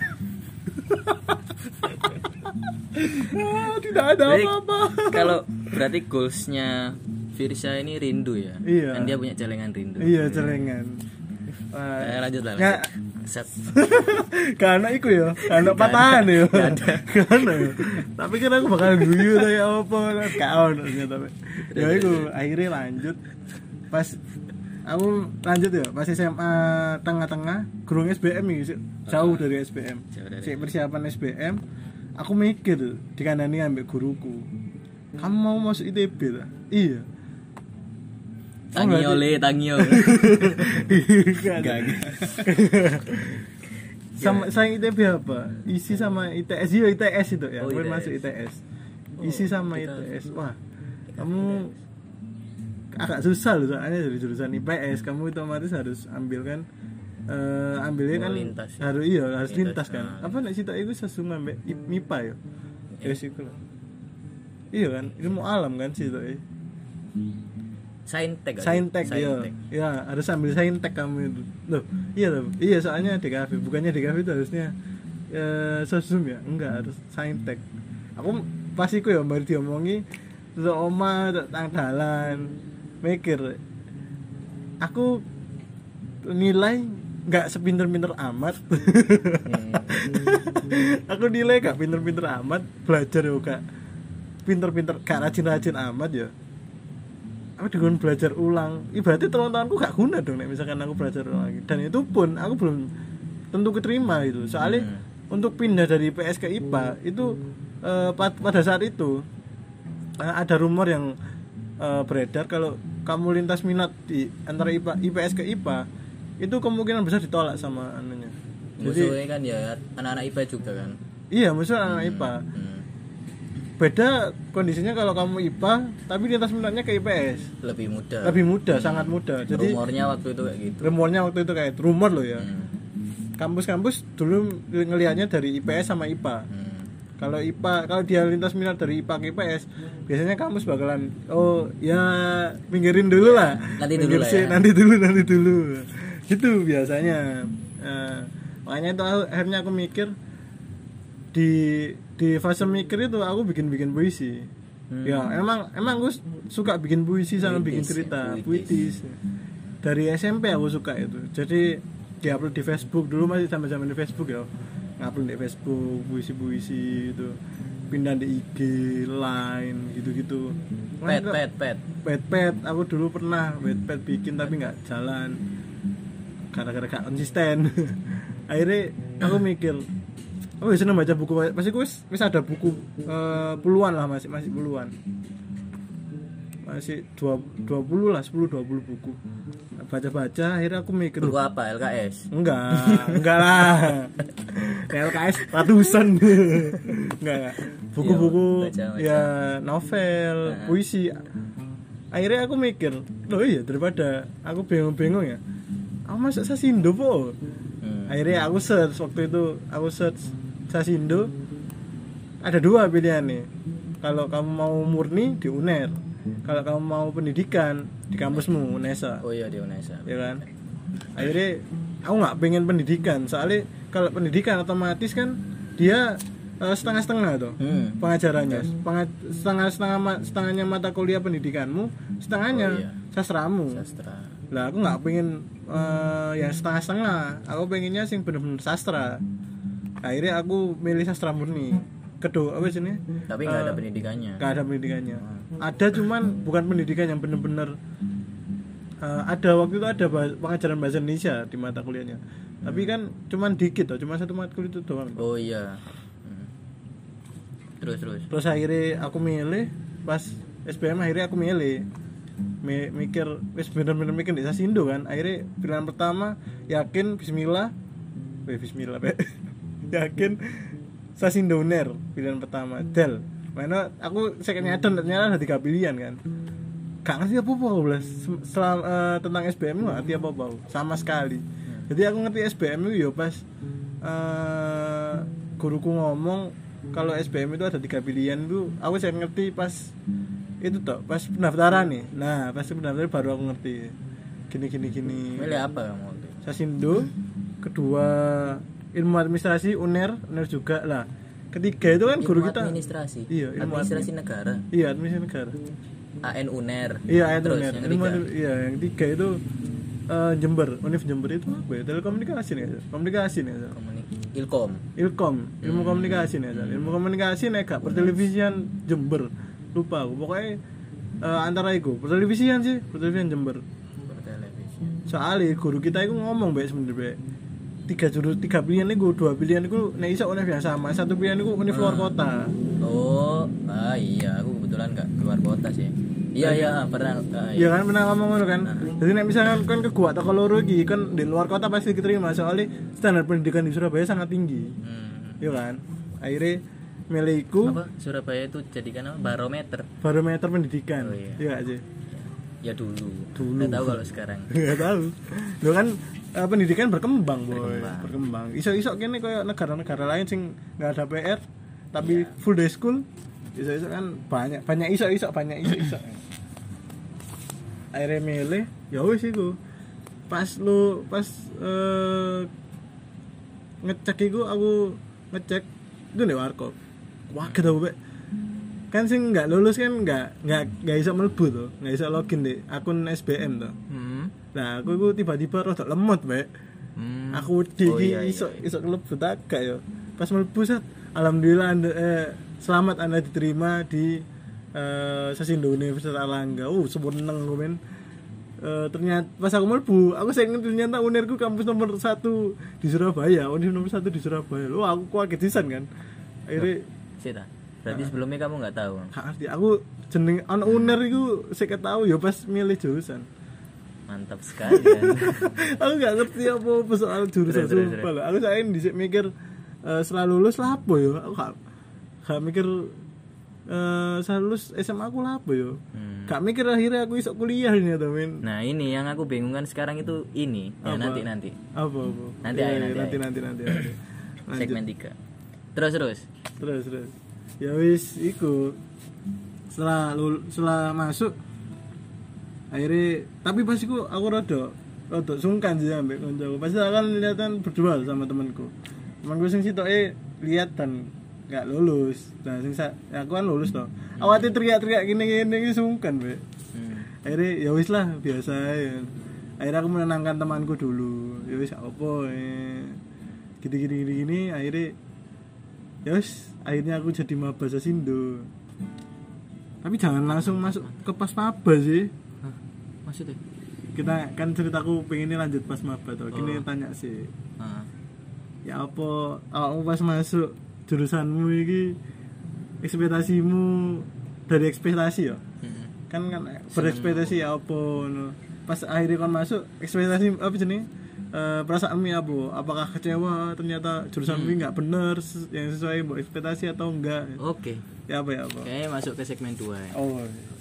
Ah, tidak ada Jadi, apa-apa. Kalau berarti goalsnya Firsa ini rindu ya? Iya. Kan dia punya celengan rindu. Iya, celengan. Wah, Eh, lanjut lah. nggak, lanjut. Bangsat. Karena iku ya, karena patahan ya. Karena ya. Tapi kira aku bakal guyu ta ya apa, gak ono ternyata. Ya iku akhirnya lanjut. Pas aku lanjut ya, pas S M A tengah-tengah, gurung S B M iki jauh dari S B M. Sik persiapan S B M, aku mikir dikandani ambek guruku. Kamu mau masuk I T B ta? Iya. Tangio le, tangio. Enggak. Sama saya I T B apa? Isi sama I T S. Iya I T S itu ya. Oh, Gue I T S. masuk I T S. Isi sama I T S. Wah. Kamu agak susah loh soalnya dari jurusan I P S. Kamu itu otomatis harus ambil kan eh ambilnya kan Oh, lintas ya? harus iya harus lintas, Lintas, kan. ah. Apa nek sitok iku sesungguh ambek I- M I P A ya. Ya sih iku. Iya kan, ilmu alam kan sitok e. Saintek. Saintek ya. Ya, harus ambil saintek kamu itu. Loh, iya loh. Iya, soalnya D K V, bukannya D K V itu harusnya eh sosum ya? Enggak, harus saintek. Aku pas iku ya baru diomongi terus oma tang dalan mikir. Aku nilai enggak sepinter-pinter amat. Aku nilai enggak pinter-pinter amat, belajar juga pinter-pinter, gak rajin-rajin amat ya. Aku dengan belajar ulang, ibaratnya telung tahunku gak guna dong nek misalkan aku belajar ulang lagi. Dan itu pun aku belum tentu keterima itu. Soalnya hmm. untuk pindah dari I P S ke I P A itu eh, pada saat itu eh, ada rumor yang eh, beredar kalau kamu lintas minat di antara I P A, I P S ke I P A itu kemungkinan besar ditolak sama anunya. Musuhnya kan ya anak-anak I P A juga kan. Iya, musuhnya anak I P A. Hmm. Beda kondisinya kalau kamu I P A tapi lintas minatnya ke I P S. Lebih mudah. Lebih mudah, hmm. sangat mudah. Jadi rumornya waktu itu kayak gitu. Rumornya waktu itu kayak rumor loh ya. Hmm. Kampus-kampus dulu ngelihatnya dari I P S sama I P A. Hmm. Kalau I P A, kalau dia lintas minat dari I P A ke I P S, biasanya kampus bakalan oh ya minggirin dulu lah. Nanti dulu lah ya. Nanti dulu, nanti dulu. Gitu biasanya. Uh, makanya itu aku, akhirnya aku mikir di di fase mikir itu aku bikin-bikin puisi. Hmm. Ya emang emang gue suka bikin puisi sama puitis, bikin cerita puitis. Dari S M P aku suka itu. Jadi diupload di Facebook, dulu masih zaman-zaman di Facebook ya. Ngupload di Facebook puisi-puisi itu. Pindah di I G, Line gitu-gitu. Pet pet pet. Pet pet aku dulu pernah pet pet bikin tapi nggak jalan. Gara-gara gak konsisten. Akhirnya aku mikir oh ya seneng baca buku, masih gue wis ada buku uh, puluhan lah, masih masih puluhan, masih dua dua puluh lah, sepuluh dua puluh buku baca baca. Akhirnya aku mikir buku apa L K S? Enggak, enggak lah, L K S ratusan, enggak, buku-buku ya novel, nah. puisi. Akhirnya aku mikir loh iya daripada aku bingung-bingung ya, aku masuk Sasindo po. Hmm. Akhirnya aku search waktu itu, aku search Sasindo, ada dua pilihan nih. Kalau kamu mau murni di U N E R, kalau kamu mau pendidikan di kampusmu UNESA. Oh iya di UNESA. Ya kan. Akhirnya aku nggak pengen pendidikan, soalnya kalau pendidikan otomatis kan dia uh, setengah-setengah tuh hmm. pengajarannya, yes. Pengaj- setengah-setengah ma- setengahnya mata kuliah pendidikanmu, setengahnya oh, iya. sastramu. Sastra. Lah aku nggak pengen uh, yang setengah-setengah, aku pengennya sing bener-bener sastra. Akhirnya aku milih sastra murni. Kedua apa sih ini? Tapi nggak uh, ada pendidikannya. Nggak ada pendidikannya. Hmm. Ada cuman bukan pendidikan yang bener-bener uh, ada waktu itu ada bahasa, pengajaran bahasa Indonesia di mata kuliahnya. Hmm. Tapi kan cuman dikit tuh, cuma satu mata kuliah itu doang. Oh iya. Hmm. Terus terus. Terus akhirnya aku milih pas S B M, akhirnya aku milih mikir wis bener-bener mikir di Sasindo kan. Akhirnya pilihan pertama yakin bismillah weh bismillah be. Yakin Sasindo U N E R pilihan pertama Del. Mana aku saya nyadar ternyata ada tiga pilihan kan. Gak ngerti apa-apa belas selam, uh, tentang S B M gak ngerti apa-apa sama sekali. Jadi aku ngerti S B M itu ya pas uh, guruku ngomong kalau S B M itu ada tiga pilihan itu, aku saya ngerti pas itu toh pas pendaftaran nih. Nah pas pendaftaran baru aku ngerti gini gini gini. Milih apa kamu? Sasindo, kedua ilmu administrasi U N E R, U N E R juga lah. Ketiga itu kan ilmu guru kita administrasi. Iya, ilmu administrasi admin. negara. Iya, administrasi negara. A N U N E R. Iya, A N U Terus N E R. yang Ilmu ketiga. iya, yang tiga itu eh, Jember, Univ Jember itu apa ya? Telekomunikasi nih, Sal? Komunikasi nih, Sal? Komunik Ilkom. Ilkom, ilmu Hmm. komunikasi nih, Sal. Ilmu komunikasi nih gak pertelevisian Jember. Lupa aku. Pokoknya eh, antara itu, pertelevisian sih, pertelevisian Jember. Bertelevisi. Soalnya guru kita itu ngomong baik sebenarnya baik. Tiga jurus, tiga pilihan itu, dua pilihan itu nek iso univ yang sama, satu pilihan itu univ luar kota. Oh, ah iya, aku kebetulan nggak keluar kota sih. Iya iya pernah. Ah, Iya kan pernah ngomong ngono kan. Jadi nek misalkan kan ke gua atau loro iki kan di luar kota pasti diterima soalnya standar pendidikan di Surabaya sangat tinggi. Hmm. Iya kan? Akhirnya milihku Apa Surabaya itu jadikan apa? Barometer. barometer pendidikan. Oh, iya. Iya gak sih? Ya dulu. Dulu. Nggak tahu kalau sekarang. Enggak tahu. Lo kan eh, pendidikan berkembang, boy. Berkembang. Berkembang. Iso-iso kene koyo negara-negara lain sing enggak ada P R tapi full day school. Iso-iso kan banyak banyak iso-iso banyak iso-iso. Akhirnya milih, ya wis iku. Pas lu pas eh, ngecek iku aku ngecek itu nih warkop. Wah, kita Be. Kan sing nggak lulus kan nggak nggak nggak bisa mlebu tuh, nggak bisa login deh akun S B M tuh. Hmm. Nah, aku iku tiba-tiba rada lemot, Mbak. Hmm. Aku wedi Oh, iki iya, iya, iso iya. iso mlebu tak gak ya. Pas mlebu set, alhamdulillah anda, eh, selamat Anda diterima di eh Sasindo Universitas Erlangga. Uh, seneng gue men. Eh, ternyata pas aku mlebu, aku saya ingat ternyata Unerku kampus nomor satu di Surabaya, Univ nomor satu di Surabaya. Loh, aku kaget pisan kan. Akhirnya Sita. Berarti sebelumnya kamu nggak tahu. gak ngerti, aku jeneng ana Uner iku saya ketahui ya pas milih jurusan. Mantap sekali ya. Aku gak ngerti apa soal jurusan Terus, terus, sumpah lah. Aku saat ini dhisik mikir eh, setelah lulus lah apa ya? Aku gak, gak mikir eh setelah lulus S M A aku lah apa ya? Hmm. Gak mikir akhirnya aku isok kuliah ini atau men. Nah ini yang aku bingungkan sekarang itu ini. Ya Apa? nanti nanti. Apa apa? Nanti Iya, aja, iya, nanti nanti, aja. nanti nanti nanti. Lanjut. Segmen tiga. Terus terus. Terus terus. Ya wis iku. Setelah lul, setelah masuk akhirnya tapi pas iku aku rada rada sungkan sih ambek koncoku. Pasti akan kelihatan berdua sama temanku. Temanku sing sitoke lihat dan gak lulus. Nah, sing sa, ya aku kan lulus toh. Awate teriak-teriak gini-gini iki sungkan, Be. Hmm. Akhirnya ya wis lah biasa ya. Akhirnya aku menenangkan temanku dulu. Ya wis apa eh. Gini-gini gini akhirnya ya wis akhirnya aku jadi maba Sasindo. Tapi jangan langsung masuk ke pas maba sih. Hah? Maksudnya? Kita kan ceritaku pengennya lanjut pas maba tuh. Kini Oh. tanya sih. Ah. Ya apa awakmu pas masuk jurusanmu iki ekspektasimu dari ekspektasi ya? Hmm. Kan kan berekspektasi ya apa ngono. Pas akhirnya kan masuk ekspektasi apa jenenge? Eh, perasaanmu ya apa? Apakah kecewa ternyata jurusanmu Hmm. nggak bener ses- yang sesuai mbok ekspektasi atau enggak? Oke. Ya apa ya apa? Kayaknya masuk ke segmen dua ya. Oh.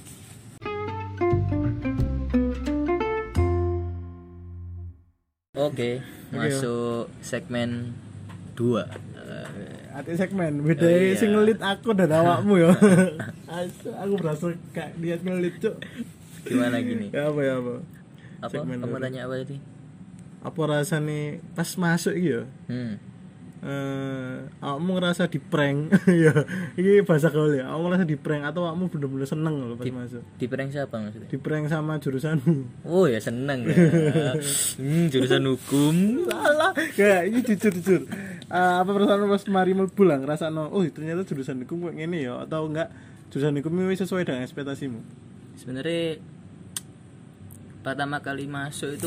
Oke, masuk segmen dua. Ati segmen beda Oh, iya. sing ngelit aku dan awakmu ya. Asu, aku berasa kayak dia ngelit cuk. Gimana gini? Ya apa ya apa? Apa Segmen kamu dua. tanya apa tadi? Apa rasanya pas masuk iki ya? Hmm. Eh, awakmu ngerasa di prank ya ini bahasa gaul ya, awakmu ngerasa di prank atau awakmu bener-bener seneng loh pas Di- masuk Di prank siapa maksudnya? di prank sama jurusanmu. Oh ya seneng ya. Hmm, jurusan hukum. Salah kayak ini jujur jujur Eh, apa perasaan pas mari mlebu lah ngerasa no oh ternyata jurusan hukum kayak gini ya atau enggak jurusan hukum ini sesuai dengan ekspektasimu. Sebenarnya pertama kali masuk itu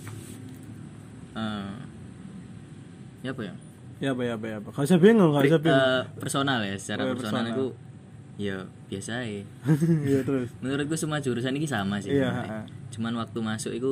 eh ya apa ya? Ya apa ya apa ya apa gak usah bingung gak usah bingung. Eh, personal ya, secara Oh, ya, personal personal. itu ya biasa ya. Iya terus Menurutku semua jurusan ini sama sih. Iya, sebenarnya. ha-ha. Cuman waktu masuk itu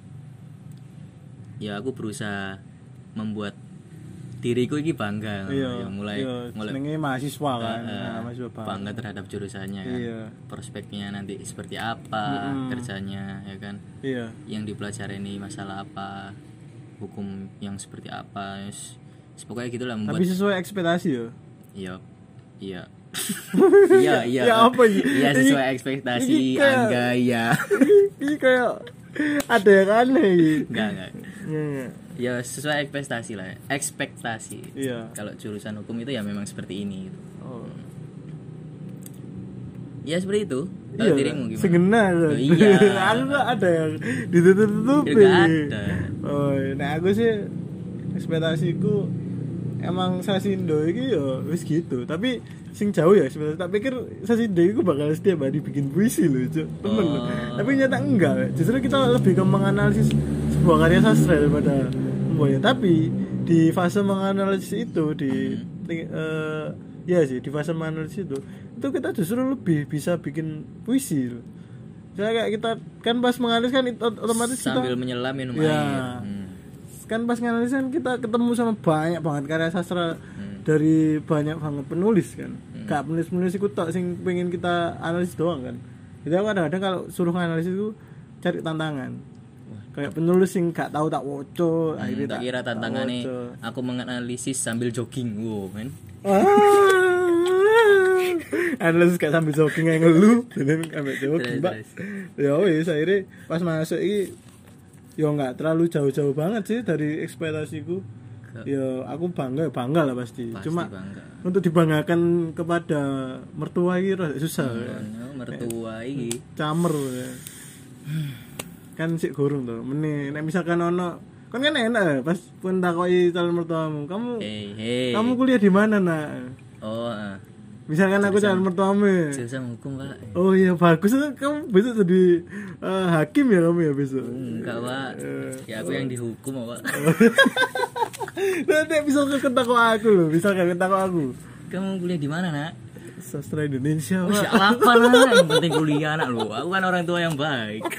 ya aku berusaha membuat diriku ini bangga. iya Ya, mulai iya mulai senenge mahasiswa kan. eh, Nah, mahasiswa bangga bangga. terhadap jurusannya kan. Iya. Prospeknya nanti seperti apa, Mm-mm. kerjanya ya kan. Iya Yang dipelajari ini masalah apa, hukum yang seperti apa, yes. Pokoknya gitulah membuat. tapi sesuai ekspektasi ya. Iya, iya, iya, iya, Ya apa ini? iya sesuai Ini- ekspektasi ini kayak- Angga ya. Ini kayak ada yang aneh ini. Enggak, enggak. Iya. Ya sesuai ekspektasi lah, ekspektasi. Iya. Kalau jurusan hukum itu ya memang seperti ini. Gitu. Oh. Ya seperti itu. Kalau dirimu gimana? Segenar. Oh, iya. Aku nggak ada yang ditutup-tutupi. Nggak ada. Oh, nah aku sih ekspektasiku emang Sasindo iki yo wis gitu. Tapi sing jauh ya sebenarnya tak pikir Sasindo iku bakal setiap hari bikin puisi loh, Cuk. Temen. Oh. Tapi nyata enggak. Justru kita lebih ke menganalisis sebuah karya sastra daripada membuatnya. Tapi di fase menganalisis itu di Hmm. eh, ya sih di fase menganalisis itu itu kita justru lebih bisa bikin puisi loh. Saya kayak kita kan pas menganalisis kan it- otomatis Sambil kita menyelam minum Ya. air. Hmm. kan pas nganalisis kan kita ketemu sama banyak banget karya sastra Hmm. dari banyak banget penulis kan. Hmm. Gak penulis-penulis itu tok sing pengen kita analisis doang kan. Jadi aku kadang-kadang kalau suruh analisis itu cari tantangan. Kayak penulis sing gak tahu tak woco, Hmm, akhirnya tak kira tantangannya woco. aku menganalisis sambil jogging. Wow, men. Analisis gak sambil jogging aja ngeluh, dan ambil jogging, Terus, Mbak. terus. Ya wis akhirnya pas masuk iki yo nggak terlalu jauh-jauh banget sih dari ekspektasiku. Ya aku bangga bangga lah pasti. Pasti Cuma bangga. untuk dibanggakan kepada mertua iki rada susah. Ya. Oh, mertua iki. Camer ya. Kan sik gorong to. Mene nek misalkan ono kan kan enak ya, pas pun takoki calon mertuamu, kamu Hey, hey. kamu kuliah di mana, Nak? Oh, ah. Misalkan aku calon mertuamu. Jurusan hukum, Pak. Oh iya bagus, kamu besok jadi eh, hakim ya kamu ya besok. Enggak, Pak. Ya aku yang dihukum, Pak. Nanti bisa kekentak kok aku loh, bisa kekentak kok aku. Kamu kuliah di mana, Nak? Sastra Indonesia, Oh, Pak. siapa apa lah, yang penting kuliah, anak lu. Aku kan orang tua yang baik.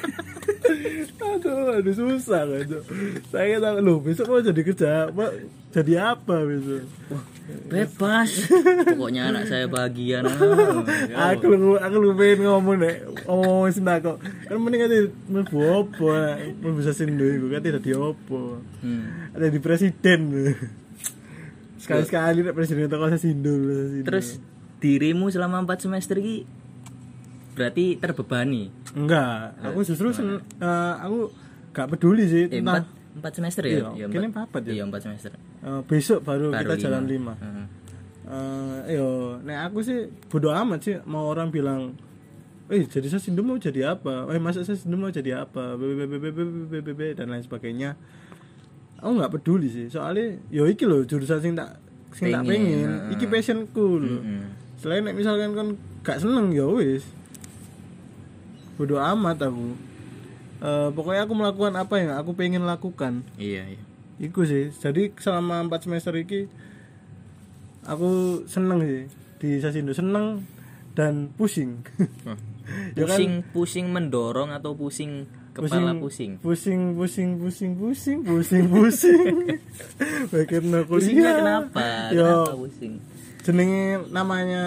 Aduh, aduh susah kan. Cok. Saya tahu loh, besok mau jadi kerja, Pak. Jadi apa besok? Bebas. Pokoknya anak saya bahagia, nah. Aku lu aku lu pengen ngomong nek ngomong sing tak kok. Kan mending ate mlebu opo, mlebu Sasindo iku kan tidak di opo. Hmm. Ada di presiden. Sekali-sekali nek presiden toko Sasindo. Sasindo. Terus dirimu selama empat semester ini berarti terbebani. Enggak, aku justru sen, eh, aku gak peduli sih Eh, tentang empat, empat semester ya? Iya, empat. kini papat ya? Iya, empat semester. eh, besok baru, Baru kita jalan lima. Heeh. Eh, yo, nek aku sih bodo amat sih mau orang bilang, eh jadi Sasindo mau jadi apa? Eh masa Sasindo mau jadi apa? Bbbbbbbb dan lain sebagainya. Aku nggak peduli sih, soalnya yo iki loh jurusan sing tak sing tak Pengen, pengen, heeh. iki passionku loh. Mm-mm. Selain nek misalkan kan gak seneng ya wis. Bodo amat aku. Eh, pokoknya aku melakukan apa yang aku pengen lakukan. Iya, iya. Iku sih. Jadi selama empat semester iki aku seneng sih di Sasindo, seneng dan pusing. Ya kan? Pusing, pusing mendorong atau pusing kepala pusing? Pusing, pusing, pusing, pusing, pusing, pusing. Bagaimana Pusingnya kuliah? kenapa? Yo, Kenapa pusing? jenenge namanya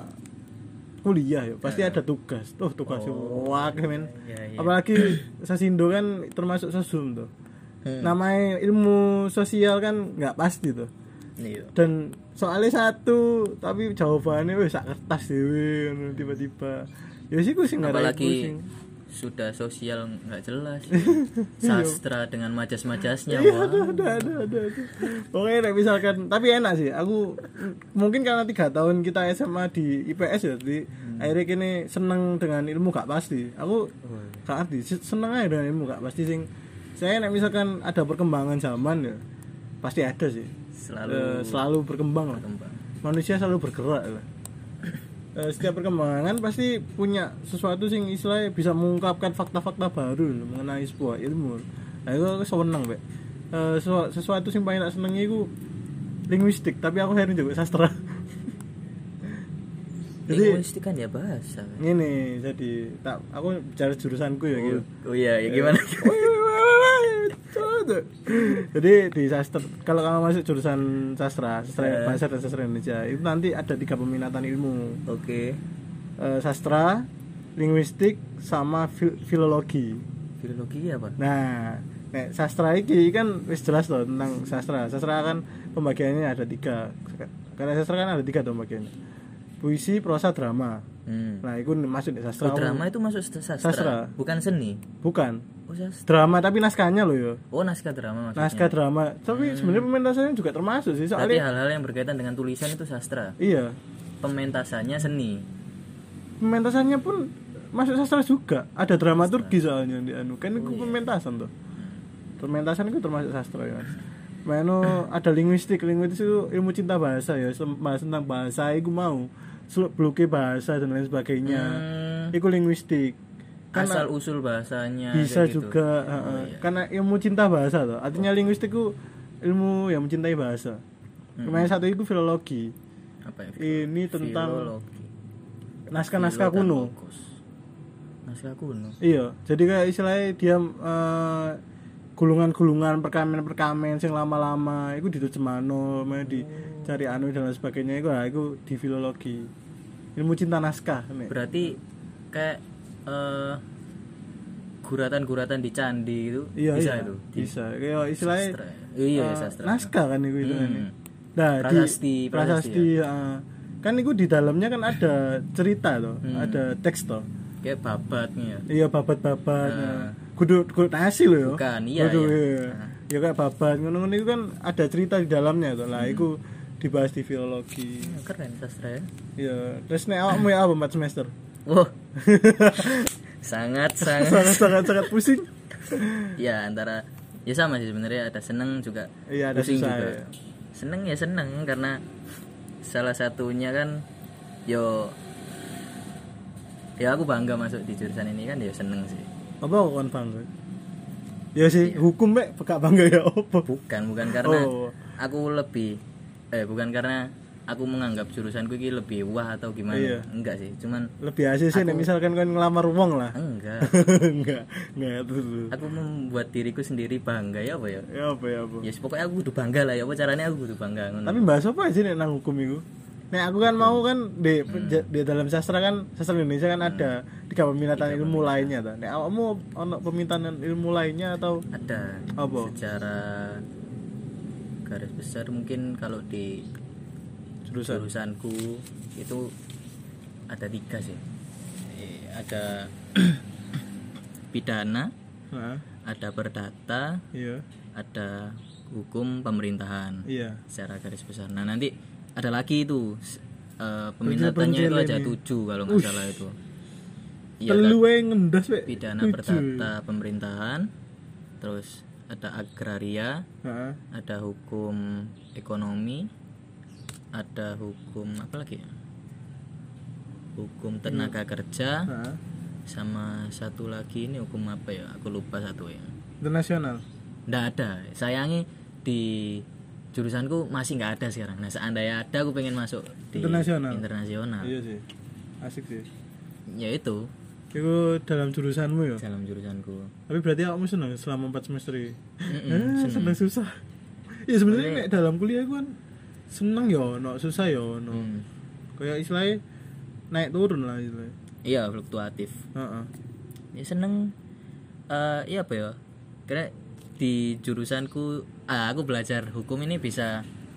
kuliah ya, pasti Ya. ada tugas. Tuh tugasnya Oh. wah men. Ya, ya. Apalagi Sasindo kan termasuk sosum tuh. Hmm. Namanya ilmu sosial kan nggak pasti tuh. Iya. Dan soalnya satu tapi jawabannya wes sak kertas dewe ngono tiba-tiba. Ya sih gue sih nggak Apalagi pusing. sudah sosial nggak jelas. Sastra dengan majas-majasnya. Iya, wah. ada, ada, ada, ada, ada. Pokoknya nek misalkan, tapi enak sih. Aku m- mungkin karena tiga tahun kita S M A di I P S ya, jadi Hmm. akhirnya kini seneng dengan ilmu gak pasti. Aku gak ngerti, se- seneng aja dengan ilmu gak pasti sing. Saya nek misalkan ada perkembangan zaman ya, pasti ada sih. Selalu Eh, selalu berkembang lah. berkembang. Manusia selalu bergerak lah. Eh, setiap perkembangan pasti punya sesuatu sing istilahnya bisa mengungkapkan fakta-fakta baru loh, mengenai sebuah ilmu. Nah itu aku seneng Mbak. Eh, sesu- sesuatu sing paling tak senengi itu linguistik, tapi aku heran juga sastra. Jadi Linguistik kan ya bahasa. ini jadi tak aku bicara jurusanku ya gitu. Oh, oh iya, ya gimana? Woi, woi, woi, woi, coba tuh. Jadi di sastra, kalau kamu masuk jurusan sastra, sastra bahasa dan sastra Indonesia, itu nanti ada tiga peminatan ilmu. Oke. Eh, sastra, linguistik, sama fil- filologi. Filologi apa? Nah, nek sastra iki kan wis jelas loh tentang sastra. Sastra kan pembagiannya ada tiga. Karena sastra kan ada tiga tuh pembagiannya. Puisi, prosa, drama. Hmm. Nah, itu masuk di sastra. Oh, drama itu masuk sastra. Sastra. Bukan seni. Bukan. Oh, sastra. Drama tapi naskahnya loh yo. Oh, naskah drama maksudnya. Naskah drama. Tapi sebenarnya pementasannya juga termasuk sih Berarti soalnya. hal-hal yang berkaitan dengan tulisan itu sastra. Iya. Pementasannya seni. Pementasannya pun masuk sastra juga, ada dramaturgi soalnya di anu. Kan itu pementasan tuh. Pementasan itu termasuk sastra ya. Mano ada linguistik, linguistik itu ilmu cinta bahasa ya, bahas tentang bahasa iku mau. Seluk-beluke bahasa dan lain sebagainya. Hmm. Iku linguistik. Asal usul bahasanya bisa gitu. juga, oh, uh, iya. Karena ilmu cinta bahasa tuh. Artinya linguistik itu ilmu yang mencintai bahasa. Hmm. Kemudian satu itu filologi. Apa ya? Ini tentang filologi. Naskah-naskah kuno. Naskah kuno. Iya, jadi kayak istilahnya dia uh, gulungan-gulungan perkamen-perkamen sing lama-lama iku diterjemahno, oh. dicari anu dan lain sebagainya iku lah iku di filologi. Ilmu cinta naskah nih. Berarti kayak uh, guratan-guratan di candi itu iya, bisa iya, itu. Bisa. Kayak istilahnya sastra. Iya, uh, sastra. Naskah kan iku itu hmm. kan. Nah, prasasti, di prasasti ya. uh, kan itu di dalamnya kan ada cerita tuh, hmm. ada teks tuh. Kayak babatnya. Iya, babat-babat. Nah. Kudu kudu nasi loh ya. Bukan, iya. Kudu, iya. iya. Nah. Ya kayak babat ngono-ngono itu kan ada cerita di dalamnya tuh. Lah, hmm. itu dibahas di filologi. Ya, keren sastra ya. Iya, terus nek awakmu ya apa empat semester? Wah. sangat sangat sangat sangat sangat pusing. Ya, antara ya sama sih sebenarnya, ada seneng juga. Iya, ada pusing susah, juga. Ya. Seneng ya seneng karena salah satunya kan yo ya aku bangga masuk di jurusan ini kan, ya seneng sih. Apa kok kan bangga? Ya sih, iya. Hukum mek pekak bangga ya apa? Bukan, bukan karena oh. aku lebih eh bukan karena aku menganggap jurusanku ini lebih wah atau gimana. Iya. Enggak sih, cuman lebih asik sih aku... misalkan kan ngelamar wong lah. Enggak. enggak, enggak itu. Aku membuat diriku sendiri bangga ya apa ya? Ya apa ya apa. Ya yes, pokoknya aku kudu bangga lah ya, apa caranya aku kudu bangga. Tapi bahas apa sih nek nang hukum itu? Nek aku kan mau kan di hmm. di dalam sastra kan, sastra Indonesia kan hmm. ada tiga peminatan tiga ilmu peminatan. lainnya ta. Nek awakmu ono peminatan ilmu lainnya atau ada? Apa? Secara garis besar mungkin kalau di jurusan. jurusanku itu ada tiga sih. Ada pidana, nah. ada perdata, iya. ada hukum pemerintahan. Iya. Secara garis besar. Nah nanti ada lagi itu uh, peminatannya itu aja tujuh kalau nggak salah itu. Iya kan? Ngendas, pidana, perdata, pemerintahan, terus ada agraria, ha? Ada hukum ekonomi, ada hukum apa lagi ya? Hukum tenaga hmm. kerja, ha? Sama satu lagi ini hukum apa ya? Aku lupa satu ya. Internasional. Nggak ada. Sayangi di jurusanku masih nggak ada sekarang. Nah seandainya ada, aku pengen masuk di internasional. Internasional. Iya sih, asik sih. Ya itu. Itu dalam jurusanmu ya? Dalam jurusanku. Tapi berarti kamu senang selama empat semester ini? Eh, senang susah. Ya sebenarnya nek dalam kuliah aku kan senang ya, no susah ya, no. Hmm. Kayak istilahnya naik turun lah istilahnya. Iya, fluktuatif. Heeh. Uh-uh. Ya seneng. Uh, iya apa ya? Karena di jurusanku ah, aku belajar hukum ini bisa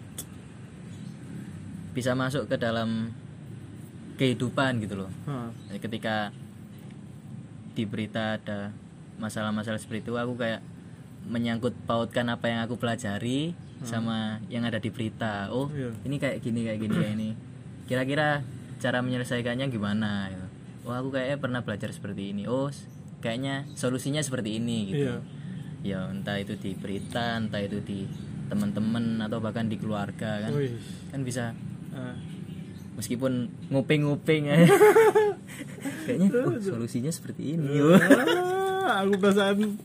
bisa masuk ke dalam kehidupan gitu loh. Hmm. Ketika di berita ada masalah-masalah seperti itu, aku kayak menyangkut pautkan apa yang aku pelajari hmm. sama yang ada di berita. Oh, iya. Ini kayak gini kayak gini kayak ini. Kira-kira cara menyelesaikannya gimana gitu. Oh, aku kayaknya pernah belajar seperti ini. Oh, kayaknya solusinya seperti ini gitu. Iya. Ya entah itu di berita, entah itu di teman-teman atau bahkan di keluarga kan. Uish. Kan bisa uh, meskipun nguping-nguping ya. Kayaknya oh, solusinya seperti ini. Uh, aku perasaan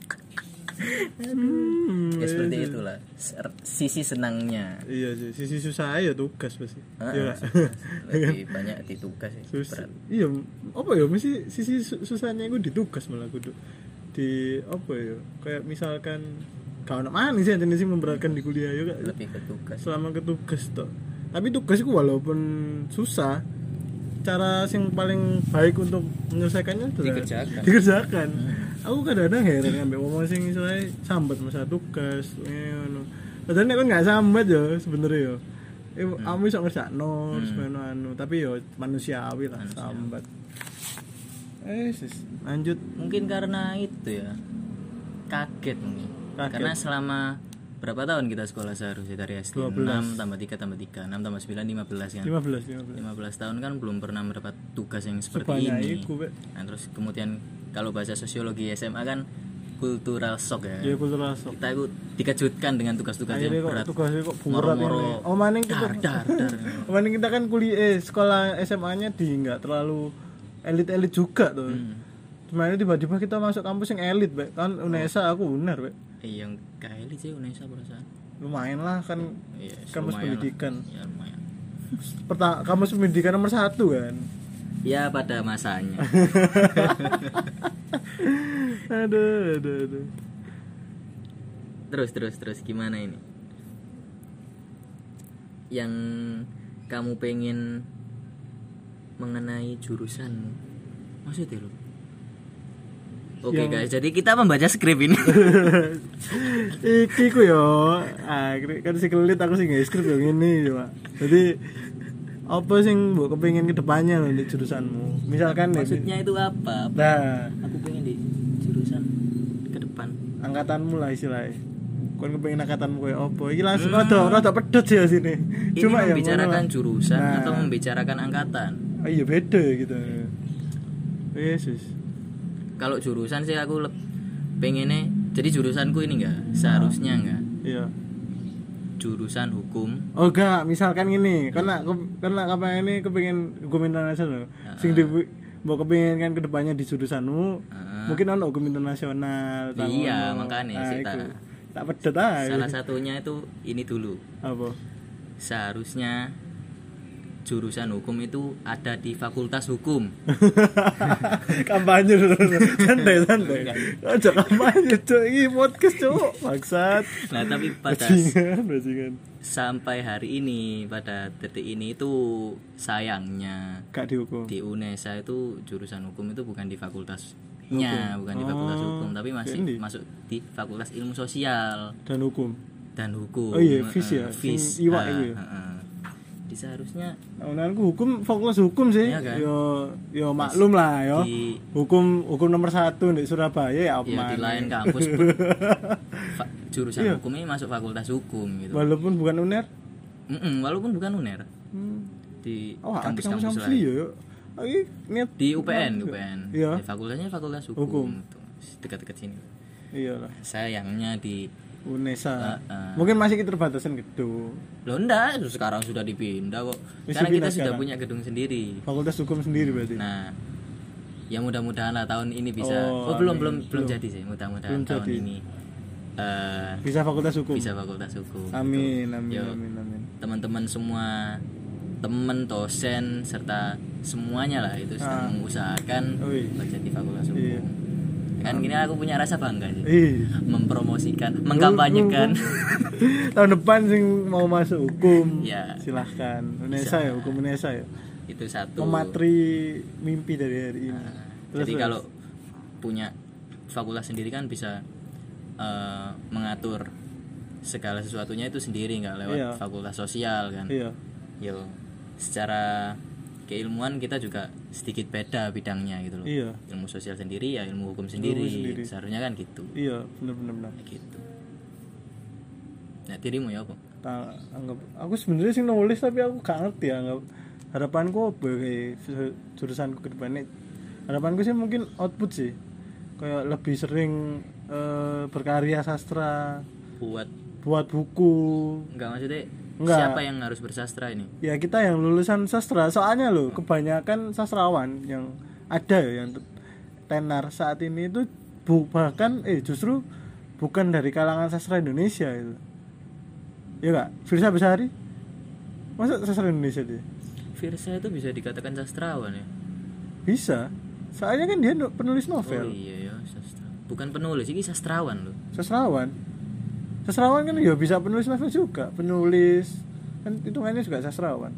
hmm, ya seperti iya, itulah sisi senangnya. Iya sih, sisi susah ya tugas pasti. Ah, ya. Lebih banyak di tugas ya. Sus- iya, apa ya mesti sisi susahnya itu di tugas malah kudu. Di apa ya, kayak misalkan kalau nak mana sih jenis memberatkan di kuliah ya kak, lebih ke tugas selama ke tugas toh. Tapi tugas itu walaupun susah, cara yang paling baik untuk menyelesaikannya adalah dikerjakan, dikerjakan. Hmm. Aku kadang-kadang heran ngambil ngomong sing misalnya sambat masalah tugas ngono. Padahal nek kon enggak sambat ya sebenarnya ya. Eh hmm. kamu iso ngerjakno hmm. anu, tapi ya manusiawi lah manusiawi. Sambat. Eh, sis, lanjut. Mungkin karena itu ya, kaget mungkin. Kaget. Karena selama berapa tahun kita sekolah seharusnya dari S D? dua belas. enam tambah tiga tambah tiga, enam tambah sembilan lima belas kan. lima belas lima belas. lima belas tahun kan belum pernah mendapat tugas yang seperti Sebanyak ini. iku, Pak. Nah, terus kemudian kalau bahasa sosiologi S M A kan cultural shock ya. Ya kultural shock. Kita itu dikejutkan dengan tugas-tugas yang Akhirnya berat. kok tugasnya kok berat Moro-moro ini. Oh maning kita dar dar dar. Oh, maning kita kan kuliah eh, sekolah S M A-nya di enggak terlalu elit-elit juga tuh. Hmm. Cuma ini tiba-tiba kita masuk kampus yang elit, Pak. Kan Unesa aku Uner, Pak. Eh yang kayak sih Unesa perasaan. Lumayan lah kan Iya, kampus lumayan pendidikan. lah. Ya lumayan. Pertama kampus pendidikan nomor satu kan. Ya pada masanya. Aduh, aduh, aduh. Terus terus terus gimana ini? Yang kamu pengen mengenai jurusanmu. Maksudnya lo? Oke Yang- guys, jadi kita membaca skrip ini. Iki ku yo, ah kan si kelit aku sih nggak skrip yang ini cuma. Jadi apa sing mbok kepengin ke depannya loh di jurusanmu? Misalkan nih, Maksudnya itu apa? nah, Aku pengen di jurusan ke depan. angkatanmu lah istilahnya. Kon kepengin angkatanmu koyo apa? Iki langsung rada rada pedot sih ya sini. Ini Cuma ya membicarakan ngono. jurusan Nah. atau membicarakan angkatan? Oh, iya beda gitu. Yesus. Kalau jurusan sih aku leb- pengennya jadi jurusanku ini enggak seharusnya enggak Iya. jurusan hukum. Oh enggak, misalkan gini, karena karena apa ini kepengin hukum internasional. Sing di mau kepengin kan kedepannya di jurusanmu, Heeh. mungkin ono hukum internasional. tak Iya, ono. makanya Nah, sih iku. tak- tak pedot ae. Salah satunya itu ini dulu. Apa? Seharusnya jurusan hukum itu ada di fakultas hukum. Kampanye dulu. Santai santai. Aja kampanye cuk, iki podcast cuk. Maksud. Nah, tapi pada Bajingan, bajingan. sampai hari ini pada detik ini itu sayangnya Gak dihukum. di Unesa itu jurusan hukum itu bukan di fakultasnya, bukan di fakultas Oh, hukum, tapi masih kendi? masuk di fakultas ilmu sosial Dan hukum. dan hukum. Oh iya, F I S ya, Heeh, F I S. sing iwak Ah, itu ya? heeh. Di seharusnya Menurutku hukum fakultas hukum sih. Iya kan? Yo yo maklum lah yo. di Hukum hukum nomor satu di Surabaya ya apa ya, di maneh. lain kampus pun fa- jurusan Iya. hukum ini masuk fakultas hukum gitu. Walaupun bukan UNER. Mm-mm, walaupun bukan UNER Hmm. di Oh, ada kampus-kampus kampus lain. yo. Oh, ini niat Di U P N, U P N. Iya. Di fakultasnya fakultas Hukum. hukum. Tuh, dekat-dekat sini. Iya lah. Sayangnya di Unesa. Heeh. Mungkin masih keterbatasan gitu. Loh enggak, sekarang sudah dipindah kok. Wis Karena kita dipindah sudah sekarang. punya gedung sendiri. Fakultas hukum sendiri berarti. Nah, ya mudah-mudahan lah tahun ini bisa. Oh, Oh, belum amin. belum belum Belum. jadi sih. Mudah-mudahan Belum tahun jadi. ini eh Bisa fakultas hukum. bisa fakultas hukum. Amin, gitu. amin, Yo, amin, amin. teman-teman semua, teman dosen serta semuanya lah itu sedang Ah. mengusahakan Ui. kerja di fakultas hukum. Iya. Kan gini aku punya rasa bangga sih. Ih. Mempromosikan, mengkampanyekan. Tahun depan sing mau masuk hukum, Ya. silahkan. Unesa ya, hukum Unesa ya. Itu satu. Mematri mimpi dari hari ini. Nah, Terus, jadi terus. kalau punya fakultas sendiri kan bisa eh, mengatur segala sesuatunya itu sendiri, nggak lewat Iya. fakultas sosial kan. Iya. Yo, secara keilmuan kita juga sedikit beda bidangnya gitu loh. Iya. Ilmu sosial sendiri ya ilmu hukum sendiri. sendiri. Seharusnya kan gitu. Iya, benar benar benar. Kayak gitu. Nah, dirimu ya apa? Ta- anggap aku sebenarnya sih nulis tapi aku gak ngerti ya, anggap harapanku apa kayak ju- jurusanku ke depannya. Harapanku sih mungkin output sih. Kayak lebih sering eh, berkarya sastra, Buat buat buku. enggak maksudnya Enggak. siapa yang harus bersastra ini? Ya kita yang lulusan sastra, soalnya loh kebanyakan sastrawan yang ada ya yang tenar saat ini itu bu, bahkan eh justru bukan dari kalangan sastra Indonesia itu. Ya enggak? Firsa Besari? Masa sastra Indonesia dia? Firsa itu bisa dikatakan sastrawan ya? Bisa. Soalnya kan dia no- penulis Oh novel. iya ya, sastra. Bukan penulis, ini sastrawan loh. Sastrawan. Sastrawan kan ya bisa penulis novel juga, penulis kan hitungannya juga sastrawan.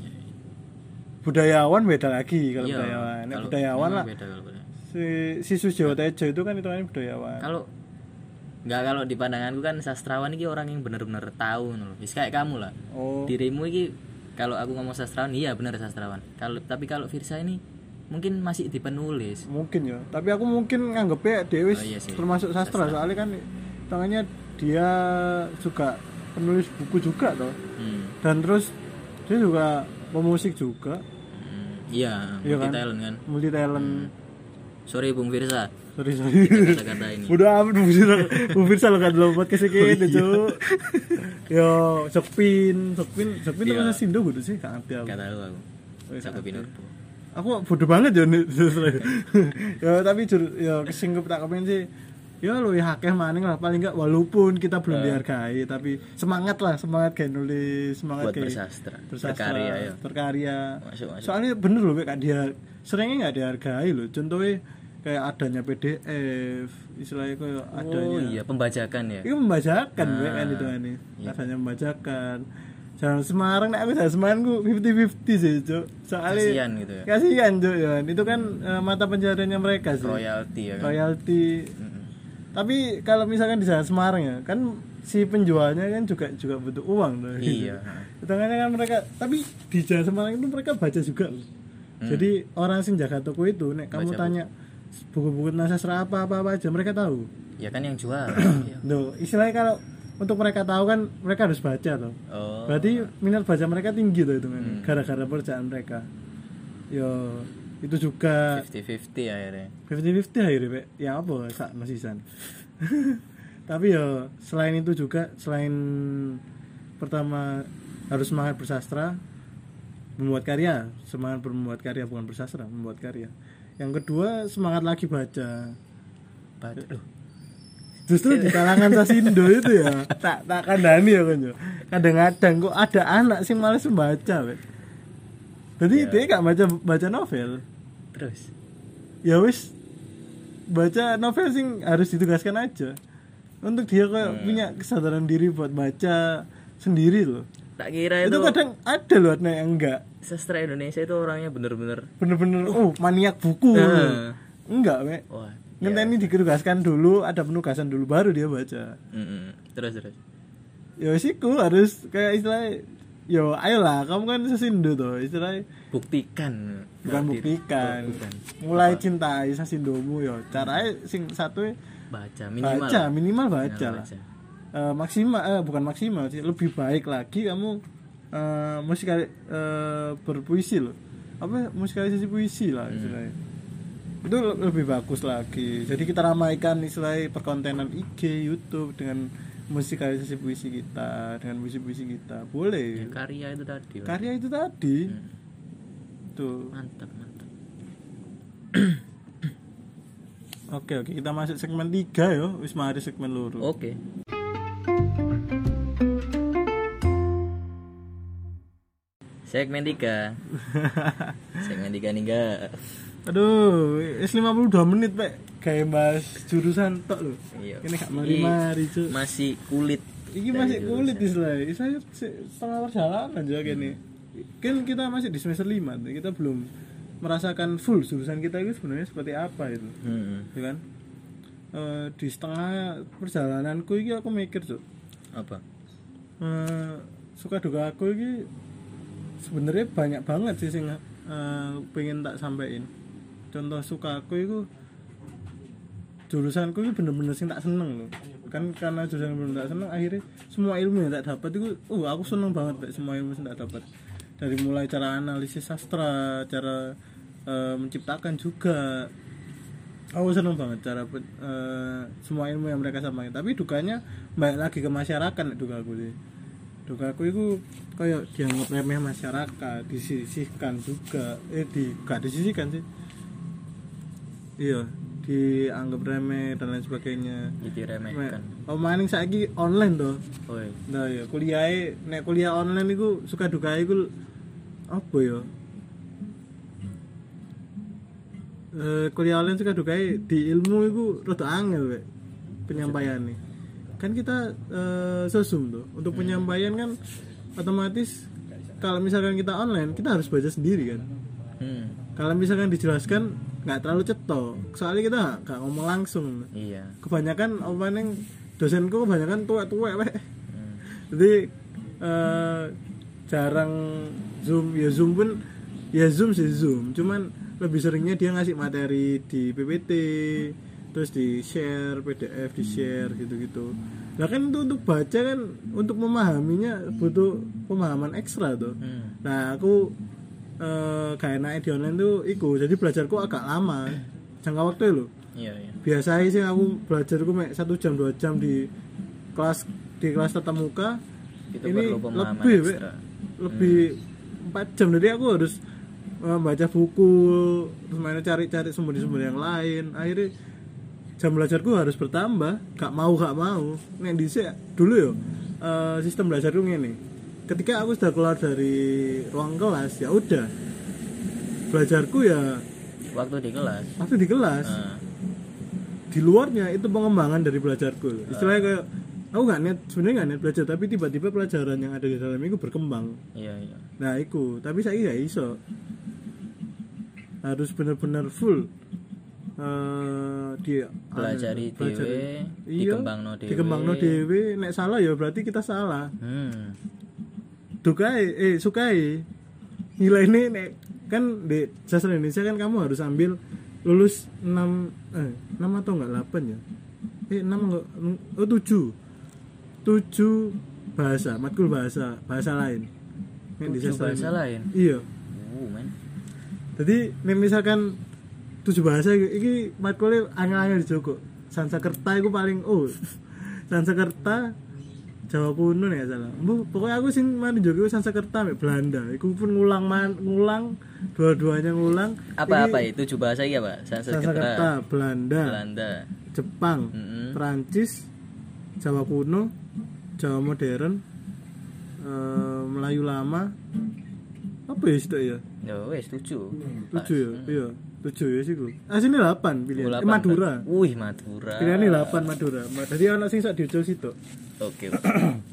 Budayawan beda lagi kalau Iya, budayawan. Nek kalau- budayawan memang lah. beda kalau budayawan. Si si Susjawa Tejo itu kan hitungannya budayawan. Kalau nggak, kalau di pandanganku kan sastrawan ini orang yang benar-benar tahu loh. Wis kayak kamu lah. Oh. Dirimu ini kalau aku ngomong sastrawan, iya benar sastrawan. Kalau tapi kalau Firsa ini mungkin masih di penulis. Mungkin ya, tapi aku mungkin nganggepnya Dewi Oh, iya sih. termasuk sastra, Sastra. soalnya kan tangannya dia juga penulis buku juga toh. Hmm. Dan terus dia juga pemusik juga. Hmm. Iya, Iya multi kan? talent kan. Multi talent. Sorry Bung Firsa. Sorry sorry. Kata-kata ini. Udah amat Bung Firsa. Bung Firsa lo kan lo podcast iki Oh, iya. Cuk. Yo, Sokpin, Sokpin, Sokpin itu Iya. bahasa Sindo kudu sih, gak ngerti aku. Gak tahu aku. Wis, Satu ngerti. pinut. Aku bodoh banget ya nih. Ya tapi jur, ya kesinggup tak kepen sih. Ya lu ya akeh maning lah paling enggak walaupun kita belum Uh. dihargai tapi semangat lah, semangat kayak nulis, semangat Buat kayak bersastra, bersastra, berkarya ya. berkarya. Masuk, masuk. Soalnya bener loh Kak dia seringnya nggak dihargai loh. Contohnya kayak adanya P D F, istilahnya kayak adanya. Oh iya, pembajakan ya. Itu membacakan Ah, gue kan itu kan nih. iya. Adanya membacakan. Jalan Semarang nek aku Jalan Semarang ku fifty fifty sih, Cuk. Soalnya Kasihan gitu ya. Kasihan, Cuk, ya. Itu kan eh, mata pencahariannya mereka sih. Royalti ya kan. Royalti. Mm-mm. Tapi kalau misalkan di Jalan Semarang ya, kan si penjualnya kan juga juga butuh uang tuh. Iya. Hitungannya kan mereka, tapi di Jalan Semarang itu mereka baca juga loh. Hmm. Jadi orang sing jaga toko itu nek kamu Baca tanya buku-buku nasastra apa apa apa aja mereka tahu. Ya kan yang jual. Iya. Tuh, istilahnya kalau untuk mereka tahu kan mereka harus baca tuh. Oh. Berarti minat baca mereka tinggi tuh itu kan. Hmm. Gara-gara pekerjaan mereka. Yo, itu juga fifty fifty akhirnya. fifty fifty akhirnya, Pak. Ya apa sak masisan. Tapi yo selain itu juga selain pertama harus semangat bersastra, membuat karya, semangat membuat karya bukan bersastra, membuat karya. Yang kedua semangat lagi baca. Baca. Loh, Justru di kalangan Sasindo itu ya tak tak kandani ya kan yo. Kadang-kadang kok ada anak sih males membaca, Pak. Jadi Ya. dia gak baca baca novel. terus. Ya wis baca novel sing harus ditugaskan aja. Untuk dia kayak Hmm. punya kesadaran diri buat baca sendiri loh. Tak kira Itu, itu, kadang ada loh anak yang enggak. sastra Indonesia itu orangnya bener-bener. Bener-bener oh maniak buku. Nah. Enggak, Pak. Wah. Ngenteni ditugaskan dulu, ada penugasan dulu baru dia baca. Mm-mm. Terus terus. Ya wis iku harus kayak istilah yo ayolah kamu kan Sasindo tuh istilahnya Buktikan. bukan Berarti- buktikan Oh, bukan. mulai Apa? cintai Sasindomu yo caranya sing satu Baca minimal. baca minimal baca Minimal lah baca. Eh, maksimal eh, bukan maksimal sih lebih baik lagi kamu eh musikal eh, berpuisi loh apa musikalisasi puisi lah Hmm. istilahnya itu le- lebih bagus lagi jadi kita ramaikan istilahnya perkontenan I G YouTube dengan musikalisasi puisi kita dengan puisi-puisi kita Ya, boleh karya itu tadi. Pak. karya itu tadi Hmm. tuh Mantap, mantap. oke oke kita masuk segmen tiga yo wis mari segmen loro Oke. Segmen tiga. Segmen tiga nih enggak. aduh wis lima puluh dua menit Pak kayak bahas jurusan tok lho Iya. ini gak mari-mari Cuk. Masih kulit. Iki dari masih jurusan. kulit istilahnya saya se- setengah perjalanan juga gini kan kita masih di semester lima tuh. Kita belum merasakan full jurusan kita itu sebenarnya seperti apa itu Hmm. ya kan. Eh, di setengah perjalananku ini aku mikir Cuk Apa? Eh, suka duka aku ini sebenarnya banyak banget sih sing eh, pengen tak sampein. Contoh suka aku itu jurusanku itu bener-bener sing tak seneng loh. Kan karena jurusan bener tak seneng akhirnya semua ilmu yang tak dapat itu uh aku seneng banget Pak, semua ilmu yang tak dapat. Dari mulai cara analisis sastra, cara eh, menciptakan juga. Aku seneng banget cara eh, semua ilmu yang mereka sampaikan. Tapi dukanya balik lagi ke masyarakat nek duka aku sih. Duka aku itu kayak dianggap remeh masyarakat, disisihkan juga. Eh di gak disisihkan sih. Iya, dianggap remeh dan lain sebagainya. Jadi remehkan. Oh maning saiki online toh. Oi. Nah ya kuliah nek kuliah online iku suka duka iku apa ya? Eh kuliah online suka duka di ilmu iku rada angel Pak penyampaiannya. Kan kita eh sosum tuh. Untuk penyampaian kan otomatis kalau misalkan kita online kita harus baca sendiri kan. Hmm. Kalau misalkan dijelaskan nggak terlalu cetok. Soalnya kita nggak ngomong langsung. Iya. Kebanyakan opening dosenku kebanyakan tuwek-tuwek Pak. Hmm. Jadi eh, jarang zoom ya zoom pun ya zoom sih zoom cuman lebih seringnya dia ngasih materi di P P T terus di share P D F di share gitu-gitu Nah kan itu untuk baca kan, untuk memahaminya butuh pemahaman ekstra tuh. Hmm. Nah aku eh, kayak naik di online tuh iku, jadi belajarku agak lama jangka waktu lo. Iya, iya. Biasanya sih aku belajarku mek satu jam dua jam di kelas di kelas tatap muka. Itu Ini perlu pemahaman lebih ekstra. lebih empat jam, jadi aku harus membaca buku, terus mainnya cari-cari sumber-sumber yang lain. Akhirnya jam belajarku harus bertambah, gak mau gak mau. Nek dhisik dulu yo uh, sistem belajarku ngene. Ketika aku sudah keluar dari ruang kelas, ya udah. Belajarku ya Waktu di kelas. waktu di kelas. Nah, Di luarnya itu pengembangan dari belajarku. Istilahnya kayak aku gak niat, sebenarnya gak niat belajar, tapi tiba-tiba pelajaran yang ada di dalam itu berkembang. iya, iya. Nah, iku, tapi saya gak iso. Harus benar-benar full Uh, dia Pelajari dhewe, iya, dikembangno dhewe. dikembangno dhewe. Nek salah ya berarti kita salah. Hmm. Dukai eh sukai nilai ini nek kan di sastra Indonesia kan kamu harus ambil lulus enam eh enam atau enggak delapan ya? Eh enam enggak oh tujuh. tujuh bahasa, matkul bahasa, bahasa lain. Nek di Tujuh sastra bahasa ini. lain. Iya. Uh, men. Jadi nek misalkan tujuh bahasa iki matkule angel-angel dijogo. Sanskerta iku paling oh. Sanskerta Jawa kuno nek salah. Mbah pokoknya aku sing mari jogo Sanskerta mek Belanda. Iku pun ngulang man, ngulang dua-duanya ngulang. Apa-apa itu tujuh bahasa iya, Pak? Sanskerta, Sanskerta, Belanda, Belanda, Jepang, Mm-mm. Perancis, Jawa kuno, Jawa modern, eh, Melayu lama. Apa ya itu ya? Ya wes tujuh. Tujuh ya? Iya, tujuh ya sih gue. Ah sini delapan pilihan. Oh, Eh, Madura. Wih, Madura. Pilihan ini delapan Madura. Jadi anak sing sak diucul situ. Oke. oke.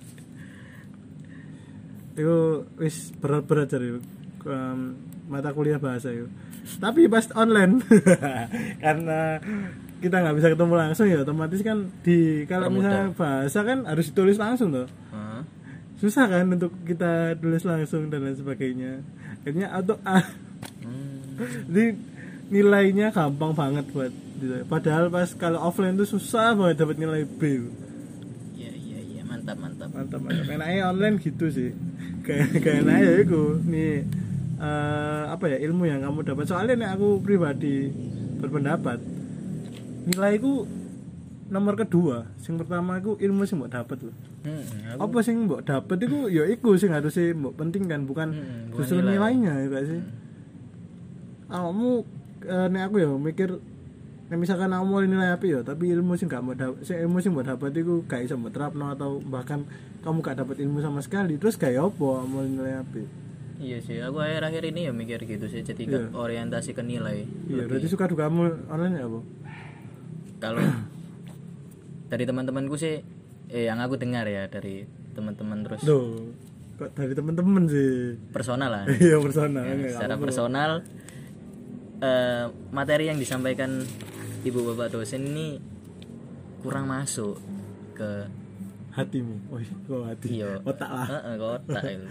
Itu wis berat-berat jadi um, mata kuliah bahasa itu. Tapi pas online karena kita nggak bisa ketemu langsung ya otomatis kan di kalau Permudah. misalnya bahasa kan harus ditulis langsung tuh. Hah? Susah kan untuk kita tulis langsung dan lain sebagainya. Akhirnya auto A. Hmm. Jadi nilainya gampang banget buat gitu. Padahal pas kalau offline tuh susah banget dapat nilai B. Iya, iya, iya, mantap, mantap. Mantap mantap. Enaknya online gitu sih. Kayak kayak enaknya ya itu nih eh, apa ya ilmu yang kamu dapat. Soalnya nih aku pribadi berpendapat nilaiku nomor kedua. Yang pertama aku ilmu sih mau dapat loh. Hmm, aku, Apa sih mbok dapat itu ya iku sing harusnya mbok penting kan bukan Hmm, bukan justru nilai. nilainya ya gak sih. Kamu eh, nek aku ya mikir nek misalkan kamu mau nilai apa ya tapi ilmu sing gak mau dapat sing ilmu sing mbok dapat iku gak iso mbok terapno atau bahkan kamu gak dapat ilmu sama sekali terus kayak apa mau nilai apa. iya sih, aku akhir-akhir ini ya mikir gitu sih, jadi ke Iya. orientasi ke nilai. Iya, Lebih. berarti suka duka kamu online ya apa? Kalau dari teman-temanku sih, eh yang aku dengar ya dari teman-teman terus Loh, kok dari temen-temen sih. personal lah. Iya, personal. Ya, Enggak, secara apa-apa. personal eh, materi yang disampaikan ibu bapak dosen ini kurang masuk ke Hatimu. Oh, kok hati. iya Otak lah. Heeh, ke otak itu.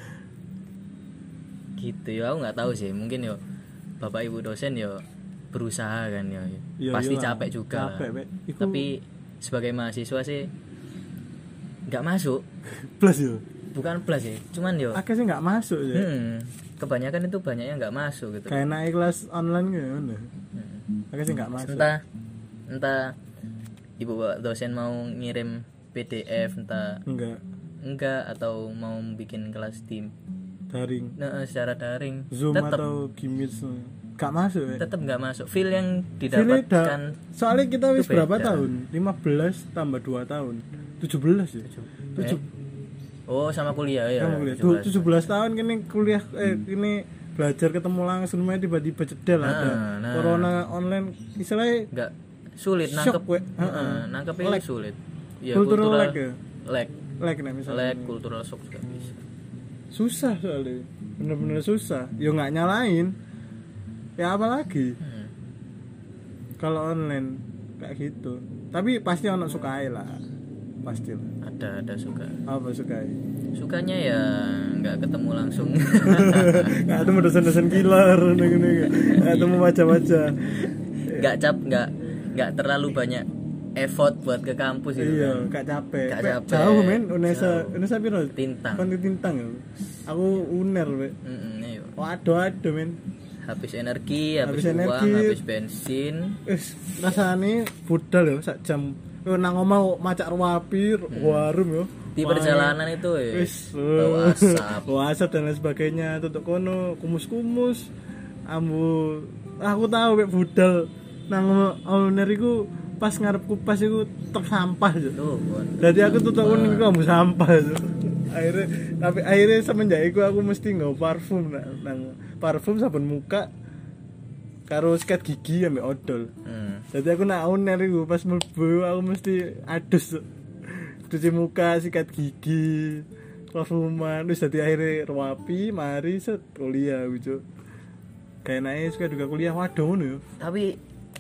Gitu ya, aku nggak tahu sih, mungkin yo bapak ibu dosen yo berusaha kan yo, Iya, pasti iyalah. capek juga. Capek, Pak. Iku Tapi sebagai mahasiswa sih nggak masuk, plus yo. bukan plus sih, cuman yo Akeh sih nggak masuk ya. hmm, kebanyakan itu banyaknya nggak masuk gitu. Kayak naik kelas online gitu mana. Hmm. Akeh sih nggak masuk. Entah entah ibu bapak dosen mau ngirim P D F, entah Enggak, enggak, atau mau bikin kelas tim daring. nah, secara daring, Zoom tetap atau Gimits nggak masuk ya. tetap nggak masuk. Feel yang Feel-nya didapatkan da- soalnya kita wis itu berapa beda. tahun? lima belas tambah dua tahun. tujuh belas ya. tujuh oh sama kuliah ya, Kamu ya, kuliah. tujuh belas. Tuh, tujuh belas tahun kini kuliah eh kini belajar ketemu langsung main tiba-tiba jedel Nah, ada nah. corona online istilahnya nggak sulit Shock, nangkep, we. Heeh, Heeh. nangkep Lag. itu sulit. Ya, Cultural kultural lag ya? lag, lag nih misalnya. lag, cultural shock juga bisa. Susah soalnya. Bener-bener susah. Yo nggak nyalain. Ya apa lagi? Hmm. Kalau online kayak gitu. Tapi pasti ono sukai lah. Pasti lah. Ada ada suka. Apa sukai? Sukanya ya nggak ketemu langsung. Nggak ketemu dosen-dosen killer nih-nih. Nggak ketemu wajah-wajah. Nggak cap, nggak nggak terlalu banyak effort buat ke kampus gitu iya kan. gak capek Gak Pe- capek. jauh men Unesa Jauh. Unesa piro Tintang. kon Tintang ya. Aku uner we Heeh, iya. waduh aduh men Habis energi, habis, Habis uang, energi. habis bensin. wis rasane budal yo sak jam yo nang omah macak ruapi warung yo Di perjalanan itu ya. wis Bau asap. bau asap dan lain sebagainya tutuk kono kumus-kumus ambu aku tahu mek budal nang owner iku pas ngarep kupas iku truk sampah yo Tuh, kon. jadi aku tutuk kono iku ambu sampah yo akhirnya tapi akhirnya semenjak iku aku mesti nggawa parfum nang, nang parfum sabun muka karo sikat gigi ambek odol. Hmm. Jadi aku nak owner iku pas mlebu aku mesti adus cuci muka, sikat gigi, parfuman, terus dadi akhirnya rapi, mari set kuliah gitu. Kayak naik suka juga kuliah waduh ngono yo. Tapi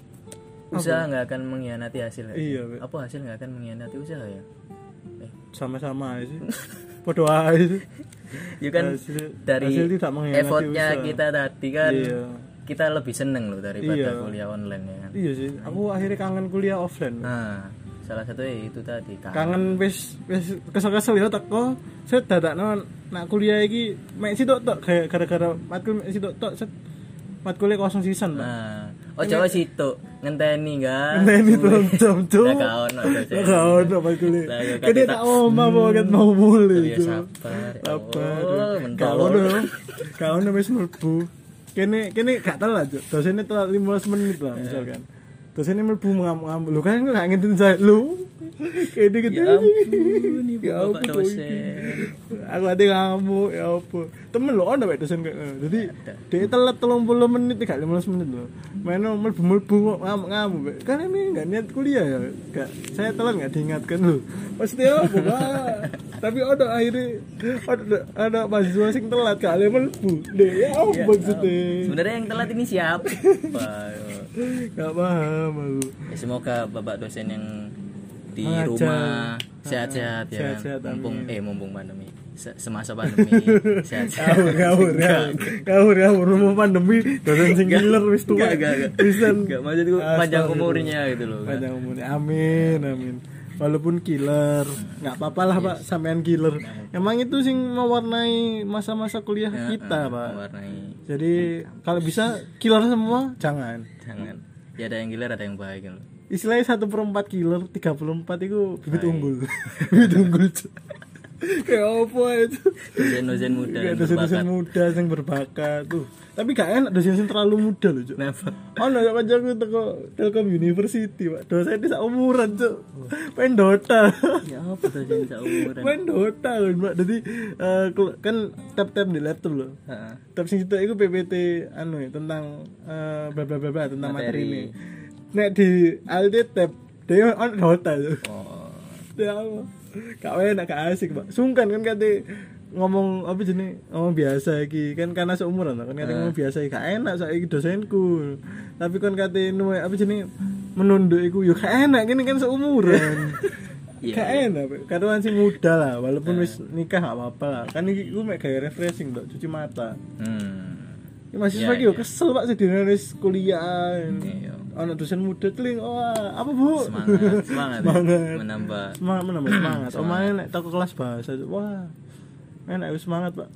usaha nggak akan mengkhianati hasil. Ya? Iya, Be. Apa hasil nggak akan mengkhianati usaha ya? Eh, Sama-sama aja sih. Podo aja sih. ya kan Hasil- dari hasil tidak mengkhianati effortnya usaha. kita tadi kan Iya. kita lebih seneng loh daripada Iya. kuliah online ya kan. Iya sih, aku akhirnya kangen kuliah offline. Nah, salah satunya itu tadi kan. Kangen wis wis kesel-kesel ya teko set dadakno nak kuliah iki mek sitok tok kayak gara-gara matkul mek sitok tok set matkule kosong sisan Pak. Nah, oh Jawa situ ngenteni kan. Ngenteni telung jam, Cuk. Lah gak ono dosen. Lah gak ono matkule. Lah, ya, Kene kata- tak omah mau ket mau mulai. Oh, ya Cuk. sabar. Sabar. Oh, Gak mentol. ono. Gak ono wis mlebu. Kene kene gak telat Cuk. Dosennya telat lima belas menit lah misalkan. Dosennya mlebu ngamuk-ngamuk. Lu kan gak ngintip saya lu. Kene gitu. Ya ampun, ibu Ya bapak ampun, dosen. Aku ade ngamuk ya apa temen lo ono wek dosen kayak ngono. Jadi dia telat tiga puluh menit gak lima belas menit loh main mlebu-mlebu ngamuk-ngamuk Wek. Kan ini gak niat kuliah ya gak saya telat gak diingatkan lo pasti apa Pak tapi ada akhirnya ada ada mahasiswa sing telat gak lima mlebu deh ya apa Ya, maksudnya sebenarnya yang telat ini siapa? gak paham aku Ya, semoga bapak dosen yang di Mengajar. rumah sehat-sehat ya. Sehat-sehat, mumpung amin. eh mumpung pandemi. Se- Semasa pandemi sehat-sehat. Ngawur, ngawur, ngawur, ngawur, ngawur, rumah pandemi, dosen sing killer wis tua, Enggak, enggak, enggak. pisan. Enggak, maksudku panjang Astagfirullah. umurnya gitu loh. Kan. Panjang umurnya, amin, amin. Walaupun killer, nggak apa-apa lah Pak, sampean killer. Emang itu sing mewarnai masa-masa kuliah Ya, kita eh, Pak. mewarnai. Jadi kalau bisa killer semua, jangan. Jangan. Ya ada yang gila ada yang baik loh. Istilahnya satu per empat killer, tiga puluh empat itu bibit Baik. unggul, bibit unggul. Kayak apa itu? Dosen-dosen muda Kayak yang dosen-dosen berbakat. muda yang berbakat tuh. Tapi gak enak dosen yang terlalu muda loh, Cuk. Kenapa? Oh, nek kancaku teko Telkom University, Pak. Dosennya sak umuran, Cuk. Main Dota. Ya apa dosen seumuran? Main Dota kan, Pak. Jadi eh, kel- kan tab-tab di laptop loh. Heeh. Tab sing situ iku P P T anu ya tentang eh bla bla bla bla tentang materi, Materi. ini. Nek di Aldi tab dia on Dota, Cuk. Oh. Ya Allah. Kak enak gak asik, Pak. Sungkan kan kate ngomong apa jenis ngomong biasa iki kan karena seumuran kan kate ngomong biasa iki gak enak saiki dosenku. Tapi kan kate nuwe apa jenis menunduk iku yo gak enak kene kan seumuran. Iya, Gak iya. enak, karuan sing muda lah walaupun wis nikah gak apa-apa lah. Kan iki ku mek gawe refreshing tok cuci mata. Hmm. Ya masih Iya, pagi yo iya. kesel Pak sedina wis kuliah. Iya. Ana dosen muda teling, wah apa Bu? Semangat, semangat, ya. Semangat. menambah. Semangat menambah semangat. Semangat. Omahe nek toko kelas bahasa. Wah. Enak wis semangat, Pak.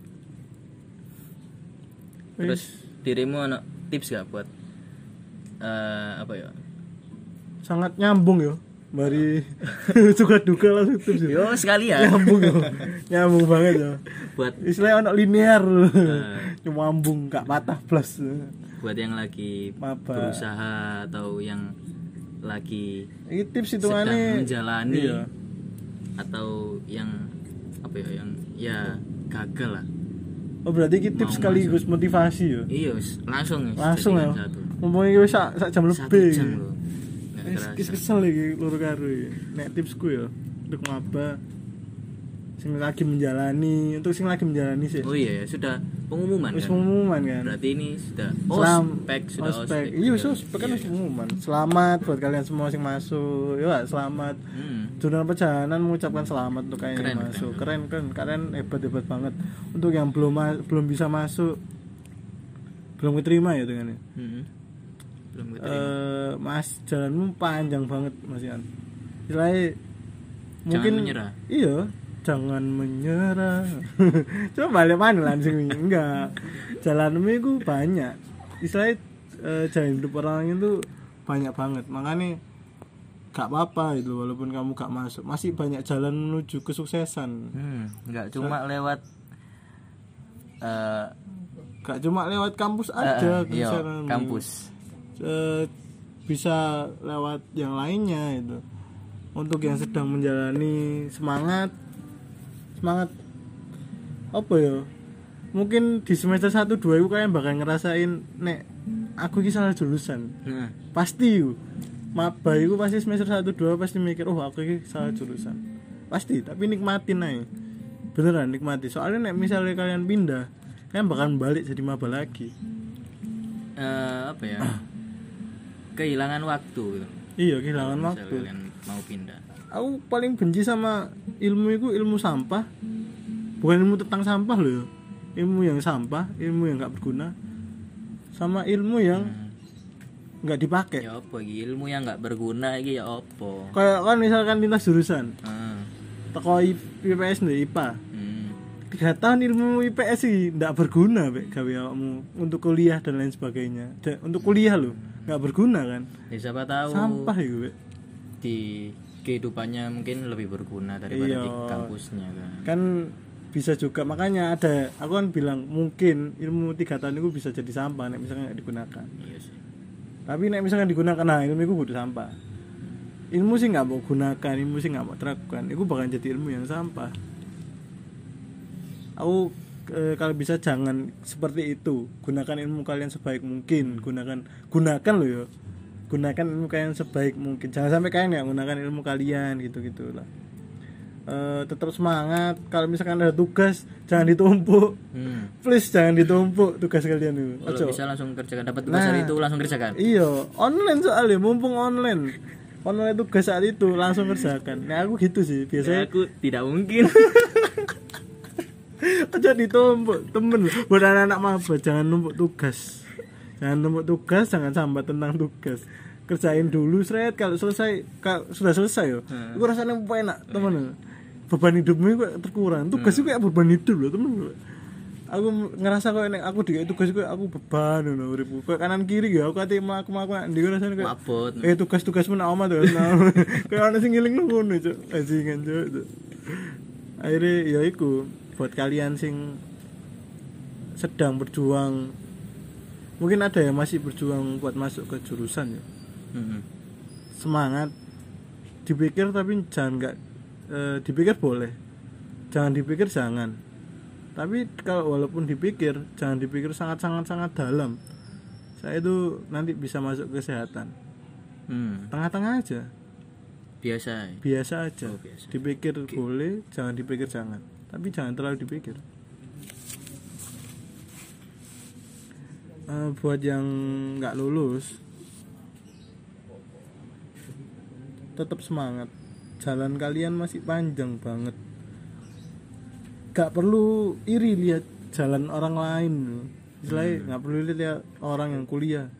Terus Wis dirimu ada tips gak buat eh apa ya? sangat nyambung yo. Mari suka duka langsung tips yo. Yo sekalian Nyambung yo. Nyambung banget yo. buat Istilahnya ono linear. Nah. Nyambung gak patah plus. buat yang lagi Maba. berusaha atau yang lagi Iki tips sedang hitungane menjalani iya. atau yang apa ya yang ya gagal lah. Oh berarti iki tips Mau sekaligus motivasi yo. Iya, wis, langsung wis, Langsung ya. jadikan satu. Mumpung iki wis sak sak jam Satu lebih. jam loh. Nggak Wis kerasa. wis kesel iki loro karo iki. Nek tipsku ya untuk maba sing lagi menjalani, untuk sing lagi menjalani sih. Oh iya ya, sudah pengumuman Wis kan. pengumuman kan. Berarti ini sudah oh, Selam- ospek sudah ospek. ospek. Iya, sudah. ospek kan Iya, wis iya. pengumuman. Selamat buat kalian semua sing masuk. Ya, selamat. Hmm. Jurnal perjalanan mengucapkan selamat untuk kalian Keren, yang masuk. keren. Keren kan, kalian hebat-hebat banget. Untuk yang belum ma- belum bisa masuk belum keterima ya dengan ini. Hmm. Belum keterima. Eh, Mas jalanmu panjang banget Mas Ian. istilahnya mungkin menyerah. Iya, jangan menyerah. Coba balik mana langsung enggak. Jalanmu itu banyak. Istilahnya eh, jalan hidup orang itu banyak banget. Makanya gak apa-apa itu walaupun kamu gak masuk. Masih banyak jalan menuju kesuksesan. Hmm, enggak cuma lewat uh, gak cuma lewat kampus aja uh, iya, kesuksesan. kampus. Eh, bisa lewat yang lainnya itu. Untuk yang sedang menjalani semangat semangat apa ya, mungkin di semester satu dua itu kalian bakal ngerasain nek aku ini salah jurusan. Nah. Pasti yuk maba itu pasti semester satu dua pasti mikir oh aku ini salah jurusan pasti, tapi nikmatin aja beneran nikmati, soalnya nek misalnya kalian pindah kalian bakal balik jadi maba lagi. Uh, apa ya kehilangan waktu gitu. Iya kehilangan Misal waktu. Kalian mau pindah. Aku paling benci sama ilmu itu ilmu sampah. Bukan ilmu tentang sampah loh. Ilmu yang sampah, ilmu yang enggak berguna. Sama ilmu yang enggak hmm. dipakai. Ya apa iki ilmu yang enggak berguna iki ya apa? Kayak kan misalkan lintas jurusan. Heeh. Teko I P S nih I P A. Hmm. Tiga tahun ilmu I P S sih enggak berguna Bek gawe awakmu untuk kuliah dan lain sebagainya. Dan untuk kuliah loh, enggak berguna kan? Ya siapa tahu. Sampah itu Bek. Di kehidupannya mungkin lebih berguna daripada Iyo, di kampusnya kan. Kan bisa juga, makanya ada aku kan bilang mungkin ilmu tiga tahun itu bisa jadi sampah nek misalnya nggak digunakan. Iya sih. Tapi nek misalnya digunakan, nah ilmu itu butuh sampah. Ilmu sih nggak mau gunakan, ilmu sih nggak mau terapkan, itu bakal jadi ilmu yang sampah. Aku e, kalau bisa jangan seperti itu, gunakan ilmu kalian sebaik mungkin, gunakan gunakan loh ya. Gunakan ilmu kalian sebaik mungkin. Jangan sampai kalian nggak gunakan ilmu kalian gitu-gitu lah. E, tetap semangat. Kalau misalkan ada tugas jangan ditumpuk. Hmm. Please jangan ditumpuk tugas kalian itu. Kalau bisa langsung kerjakan. Dapat tugas nah, hari itu langsung kerjakan. Iya, online soalnya mumpung online. Online tugas saat itu langsung kerjakan. Nah aku gitu sih biasanya. Ya, aku tidak mungkin. Aja ditumpuk temen. Buat anak-anak maba jangan numpuk tugas. Jangan numpuk tugas, jangan sambat tentang tugas. Kerjain dulu seret, kalau selesai kalau sudah selesai yo. Hmm. Iku rasanya enak, temen. Beban hidupmu itu terkurang. Tugas itu kayak beban hidup loh, temen. Aku ngerasa kok nek aku dikek tugas kok aku beban ngono uripku. Kok kanan kiri ya aku ati mlaku-mlaku nek ndi rasane kok. Eh tugas-tugasmu nak omah tuh. Kayak ana sing ngiling ngono, Cuk. Ajingan, Cuk. Akhirnya ya iku buat kalian sing sedang berjuang, mungkin ada yang masih berjuang buat masuk ke jurusan ya. Mm-hmm. Semangat, dipikir tapi jangan nggak e, dipikir boleh, jangan dipikir jangan. Tapi kalau walaupun dipikir, jangan dipikir sangat sangat sangat dalam. Saya itu nanti bisa masuk kesehatan. Hmm. Tengah-tengah aja. Biasa. Biasa aja. Oh, biasa. Dipikir okay. Boleh, jangan dipikir jangan. Tapi jangan terlalu dipikir. Uh, buat yang nggak lulus, tetap semangat. Jalan kalian masih panjang banget. Gak perlu iri lihat jalan orang lain. Istilahnya hmm. gak perlu lihat orang yang kuliah.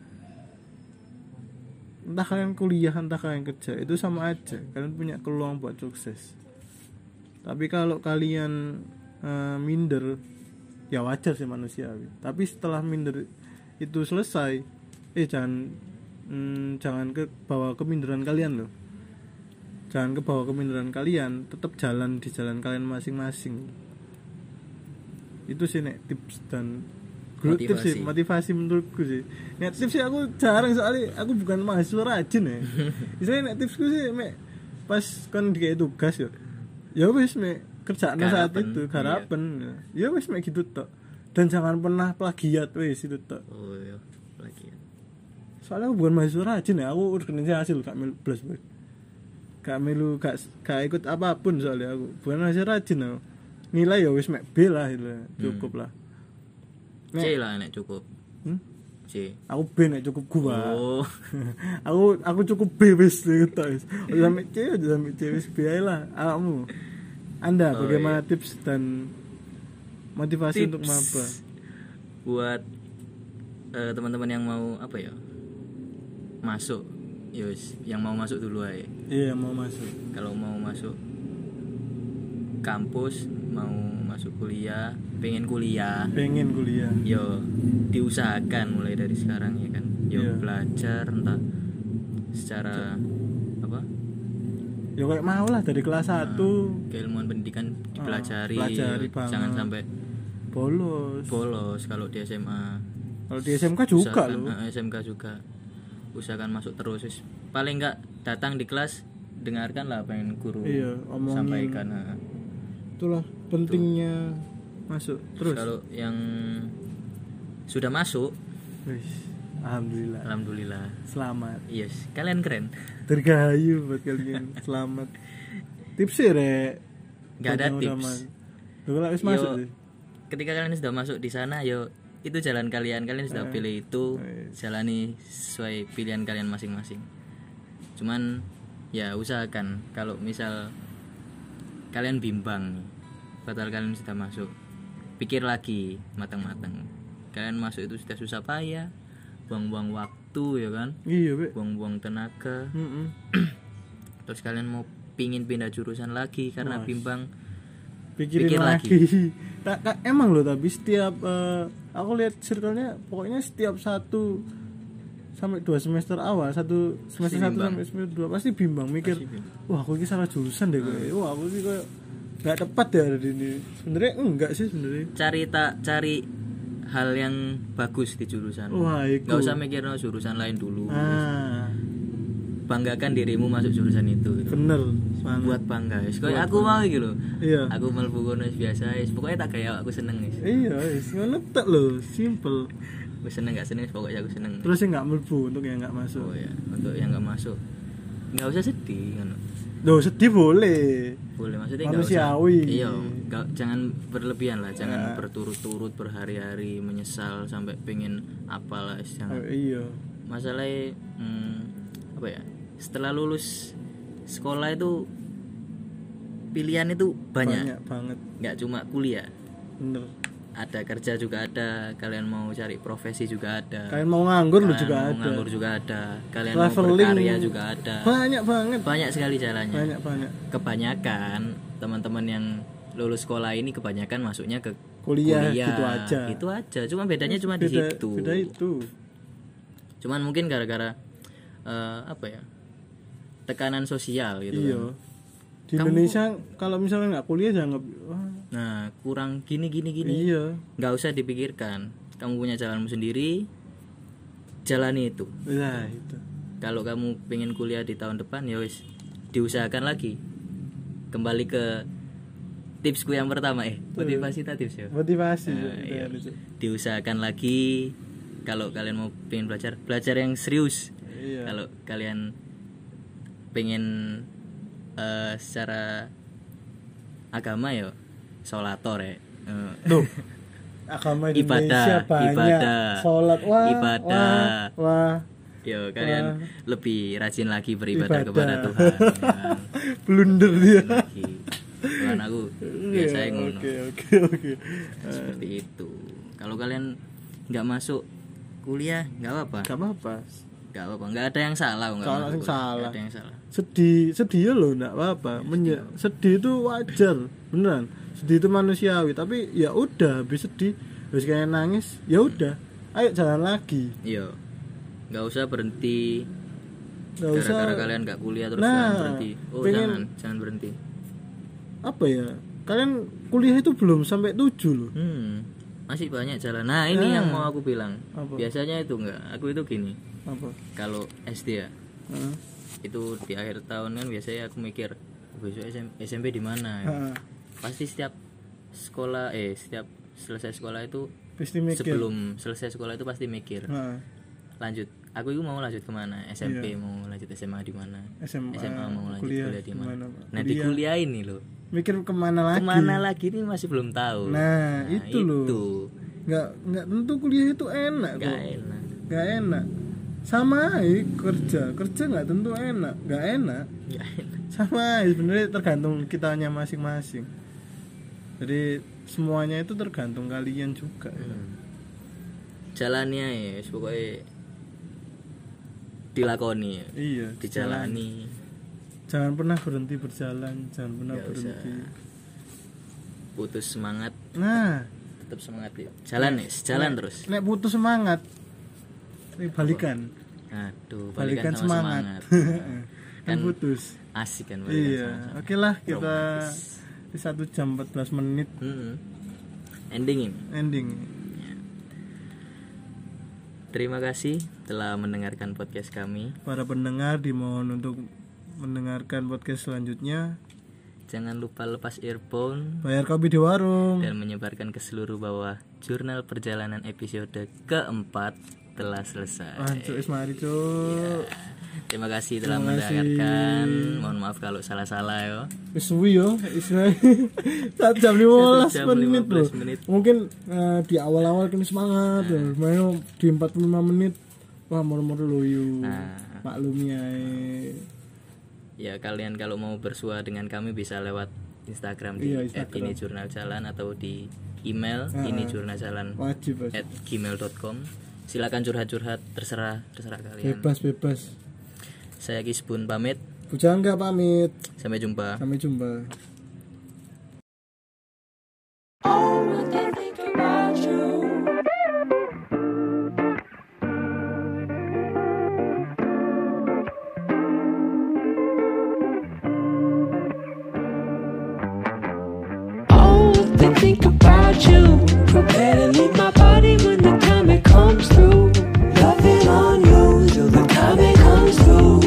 Entah kalian kuliah, entah kalian kerja, itu sama aja. Kalian punya peluang buat sukses. Tapi kalau kalian uh, minder, ya wajar sih manusiawi. Tapi setelah minder itu selesai, eh jangan mm, jangan ke bawah keminderan kalian loh. Jangan ke bawah keminderan kalian, tetap jalan di jalan kalian masing-masing. Itu sih nek tips dan motivasi. Tips sih, motivasi menurutku sih. Nek tips sih aku jarang soalnya aku bukan mahasiswa rajin ya. Misalnya nek tipsku sih mek pas kan dikasih tugas ya. Ya wis mek kerjaan saat itu garapen. Iya. Ya wis mek gitu tok. Dan jangan pernah plagiat wis itu tok. Oh iya, plagiat. Soalnya aku bukan mahasiswa rajin ya, aku organisasi lho gak melu blas. Gak melu gak gak ikut apapun soalnya aku. Bukan mahasiswa rajin aku. Nilai ya wis mek B lah itu cukup hmm. lah. Nek, C lah nek cukup. Hmm? C. Aku B nek cukup gua. Oh. aku aku cukup B wis gitu wis. Sampai C aja sampai C wis B ae lah. Awakmu. Anda oh, bagaimana iya. tips dan motivasi tips untuk maba? Buat uh, teman-teman yang mau apa ya? Masuk yus yang mau masuk dulu aja. Iya, mau masuk. Kalau mau masuk kampus, mau masuk kuliah, pengen kuliah, Pengen kuliah. yo diusahakan mulai dari sekarang ya kan. Yo Iya. belajar entah secara apa? Ya kayak mau lah dari kelas satu Keilmuan pendidikan dipelajari, pelajari yo. banget. Jangan sampai bolos. bolos kalau di S M A. Kalau di S M K juga Usahakan- loh. eh, S M K juga. Usahakan masuk terus. Wis. Paling enggak datang di kelas dengarkan lah apa yang guru Iya, omongin. sampaikan. Nah. Itulah pentingnya masuk terus. Kalau yang sudah masuk, Wih, alhamdulillah. alhamdulillah. Selamat. Yes, kalian keren. Dirgahayu buat kalian. Selamat. Tipsnya rek. Nggak ada Buat yang udah tips. mas- Tuh, kalau habis Yo, masuk sih. Ketika kalian sudah masuk di sana, yo itu jalan kalian. Kalian sudah Eh. pilih itu, Eh. jalani sesuai pilihan kalian masing-masing. Cuman ya usahakan kalau misal kalian bimbang nih, padahal kalian sudah masuk, pikir lagi matang-matang. Kalian masuk itu sudah susah payah, buang-buang waktu ya kan, Iya, Be. buang-buang tenaga. Mm-mm. Terus kalian mau pingin pindah jurusan lagi karena Mas. bimbang. Pikirin Pikir lagi. lagi. Tak, tak, emang loh, tapi setiap eh, aku lihat circle-nya pokoknya setiap satu sampai dua semester awal, satu semester Pasti satu bimbang. sampai semester dua pasti bimbang mikir, Pasti bimbang. wah aku ini salah jurusan deh, kayak, wah aku sih kayak nggak tepat ya ada di ini. Sebenarnya enggak sih sebenarnya. Cari tak cari hal yang bagus di jurusan. Wah, iku. Nggak usah mikir no, jurusan lain dulu. Ah, Banggakan dirimu masuk jurusan itu. Gitu. bener. Banget. Buat bangga. Wis koyo Buat aku mau iki lho. Iya. Aku mlebu kono wis biasa wis. Pokoknya tak kayak aku seneng wis. Iya, wis ngono tek lho, simple. Wis seneng gak seneng pokoknya aku seneng. Terus yang nggak melbu untuk yang nggak masuk. Oh ya, untuk yang nggak masuk nggak usah sedih kan. Loh, sedih boleh. Boleh maksudnya nggak usah. Manusiawi. Iya, nggak jangan berlebihan lah, jangan Ya. berturut-turut berhari-hari menyesal sampai pengen apalah Oh, jangan. iya. Masalahnya hmm, apa ya? Setelah lulus sekolah itu pilihan itu banyak, Banyak banget. nggak cuma kuliah, Bener. ada kerja juga ada, kalian mau cari profesi juga ada, Kalian mau nganggur lu kalian juga mau ada. nganggur juga ada, kalian mau Traveling berkarya juga ada, Banyak banget. banyak sekali jalannya. Banyak banyak. Kebanyakan teman-teman yang lulus sekolah ini kebanyakan masuknya ke Kuliah, gitu aja. Itu aja, cuma bedanya cuma di Beda- situ. Beda itu. Cuman mungkin gara-gara eh, apa ya, tekanan sosial gitu Iya. kan. Di Kamu- Indonesia kalau misalnya nggak kuliah jangan wah, Nah kurang gini gini gini, iya. nggak usah dipikirkan. Kamu punya jalanmu sendiri, jalani itu. Nah, itu. Kalau kamu pengen kuliah di tahun depan ya wis diusahakan lagi. Kembali ke tipsku yang pertama eh motivasi tak tips ya. Motivasi. Nah, ya, iya. itu. Diusahakan lagi. Kalau kalian mau pengen belajar, belajar yang serius. Iya. Kalau kalian pengen eh, secara agama ya sholator ya. Eh, Duh. Agama Ibadah, Indonesia banyak. ibadah, Sholat wah. ibadah. Wah. wah. Yo kalian Wah. lebih rajin lagi beribadah Ibadah. kepada Tuhan. Ya. Blunder dia. Lagi. Tuhan aku biasanya Iya, ngono. Oke, oke, oke. Seperti itu. Kalau kalian nggak masuk kuliah nggak apa-apa. Gak apa-apa. Nggak apa-apa. Nggak ada yang salah. Nggak Nggak ada masuk yang kuliah. salah. Nggak ada yang salah. Sedih, sedih ya loh, enggak apa-apa. Menye- sedih itu wajar, beneran. Sedih itu manusiawi, tapi ya udah, habis sedih, habis kayak nangis, ya udah. Ayo jalan lagi. Iya. Nggak usah berhenti. Enggak usah Gara-gara kalian nggak kuliah terus Nah, kalian berhenti. Oh pengen- jangan, jangan berhenti. apa ya? Kalian kuliah itu belum sampai tujuh loh. Hmm. Masih banyak jalan. Nah ini Nah. yang mau aku bilang. Apa? Biasanya itu enggak. Aku itu gini. Apa? Kalau S D ya, Heeh. itu di akhir tahun kan biasanya aku mikir besok S M- S M P di mana. Ya? Heeh. Pasti setiap sekolah eh setiap selesai sekolah itu Pasti mikir. sebelum selesai sekolah itu pasti mikir Heeh. lanjut. Aku itu mau lanjut kemana? S M P Iya. mau lanjut S M A di mana? S M A, S M A mau lanjut kuliah, di mana? gimana, Pak? Nah di Kuliah. kuliah ini loh. Mikir kemana lagi? Kemana lagi ini masih belum tahu. Nah, itu loh. Itu Nggak, nggak tentu kuliah itu enak nggak kok. enak. Nggak enak. Sama aja kerja, kerja nggak tentu enak, nggak enak. Nggak enak. Sama aja, sebenarnya tergantung kitanya masing-masing. Jadi semuanya itu tergantung kalian juga. Hmm. Jalannya ya pokoknya dilakoni, iya, dijalani. Jangan pernah berhenti berjalan, jangan pernah Nggak berhenti. usah putus semangat, Nah, tetap semangat ya. Jalan nih, jalan nek, terus. Nek putus semangat, ini balikan. Aduh, Balikan, balikan sama semangat. semangat. Kan putus. Asik kan balikan Iya, sama-sama. oke lah kita Romantis. di satu jam empat belas menit Mm-mm. Ending ini. ending. Terima kasih telah mendengarkan podcast kami. Para pendengar dimohon untuk mendengarkan podcast selanjutnya. Jangan lupa lepas earphone Bayar kopi di warung. dan menyebarkan ke seluruh bawah. Jurnal perjalanan episode keempat telah selesai. Wah, cuk, Ismari cuk. Terima kasih telah Terima kasih. mendengarkan. Mohon maaf kalau salah-salah yo. Wis suwi yo, istilahnya satu jam lima belas Satu jam menit lima loh. belas menit. Mungkin eh, di awal-awal kini semangat, nah. Main di empat puluh lima menit, wah moro-moro loyo. Nah. Maklumi ae. Ya kalian kalau mau bersua dengan kami bisa lewat Instagram di Iya, at Instagram. ini jurnal jalan atau di email Ah, ini jurnal jalan Wajib, at wajib. gmail dot com. Silakan curhat-curhat, terserah terserah kalian. Bebas, bebas. Saya Kisbun pamit. Bujangga pamit. Sampai jumpa. Sampai jumpa. Oh, they think about you. Prepare to leave my body when the time it comes through. Loving on you till the time it comes through.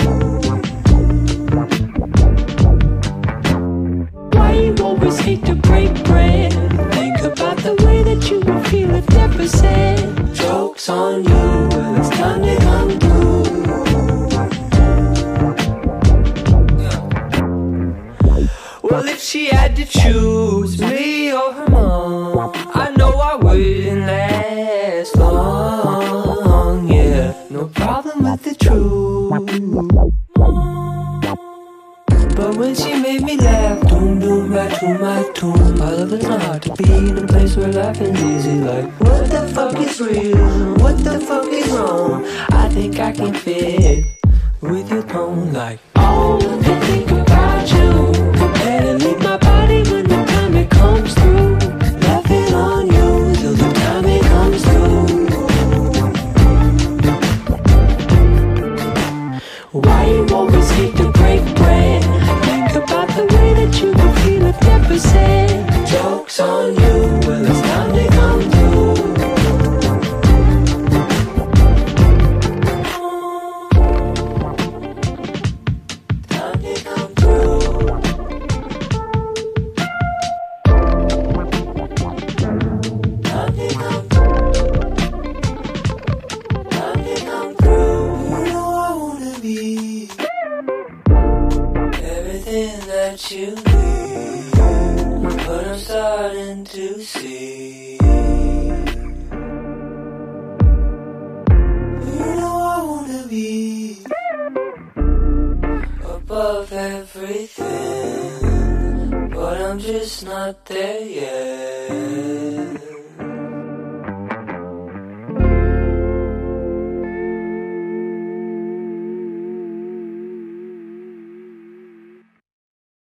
Why you always hate to break bread? Think about the way that you would feel if never said. Joke's on you when it's time to come through. Well, if she had to choose me or her mom, I know I wouldn't last long. Yeah, no problem with the truth. But when she made me laugh, doom doom right to my tune. I love it's not hard to be in a place where laughing's easy. Like, what the fuck is real? What the fuck is wrong? I think I can fit with your tone. Like, oh, I think about you. Prepare to leave my body when the time it comes through. Laughing on you till the time it comes through. Why you always hate to break bread? Think about the way that you would feel if never said. Joke's on you, well it's time to come through. Time to come through. Time to come through. Time to come through. You know I wanna be everything that you need, but I'm starting to see. You know I wanna be above everything, but I'm just not there yet.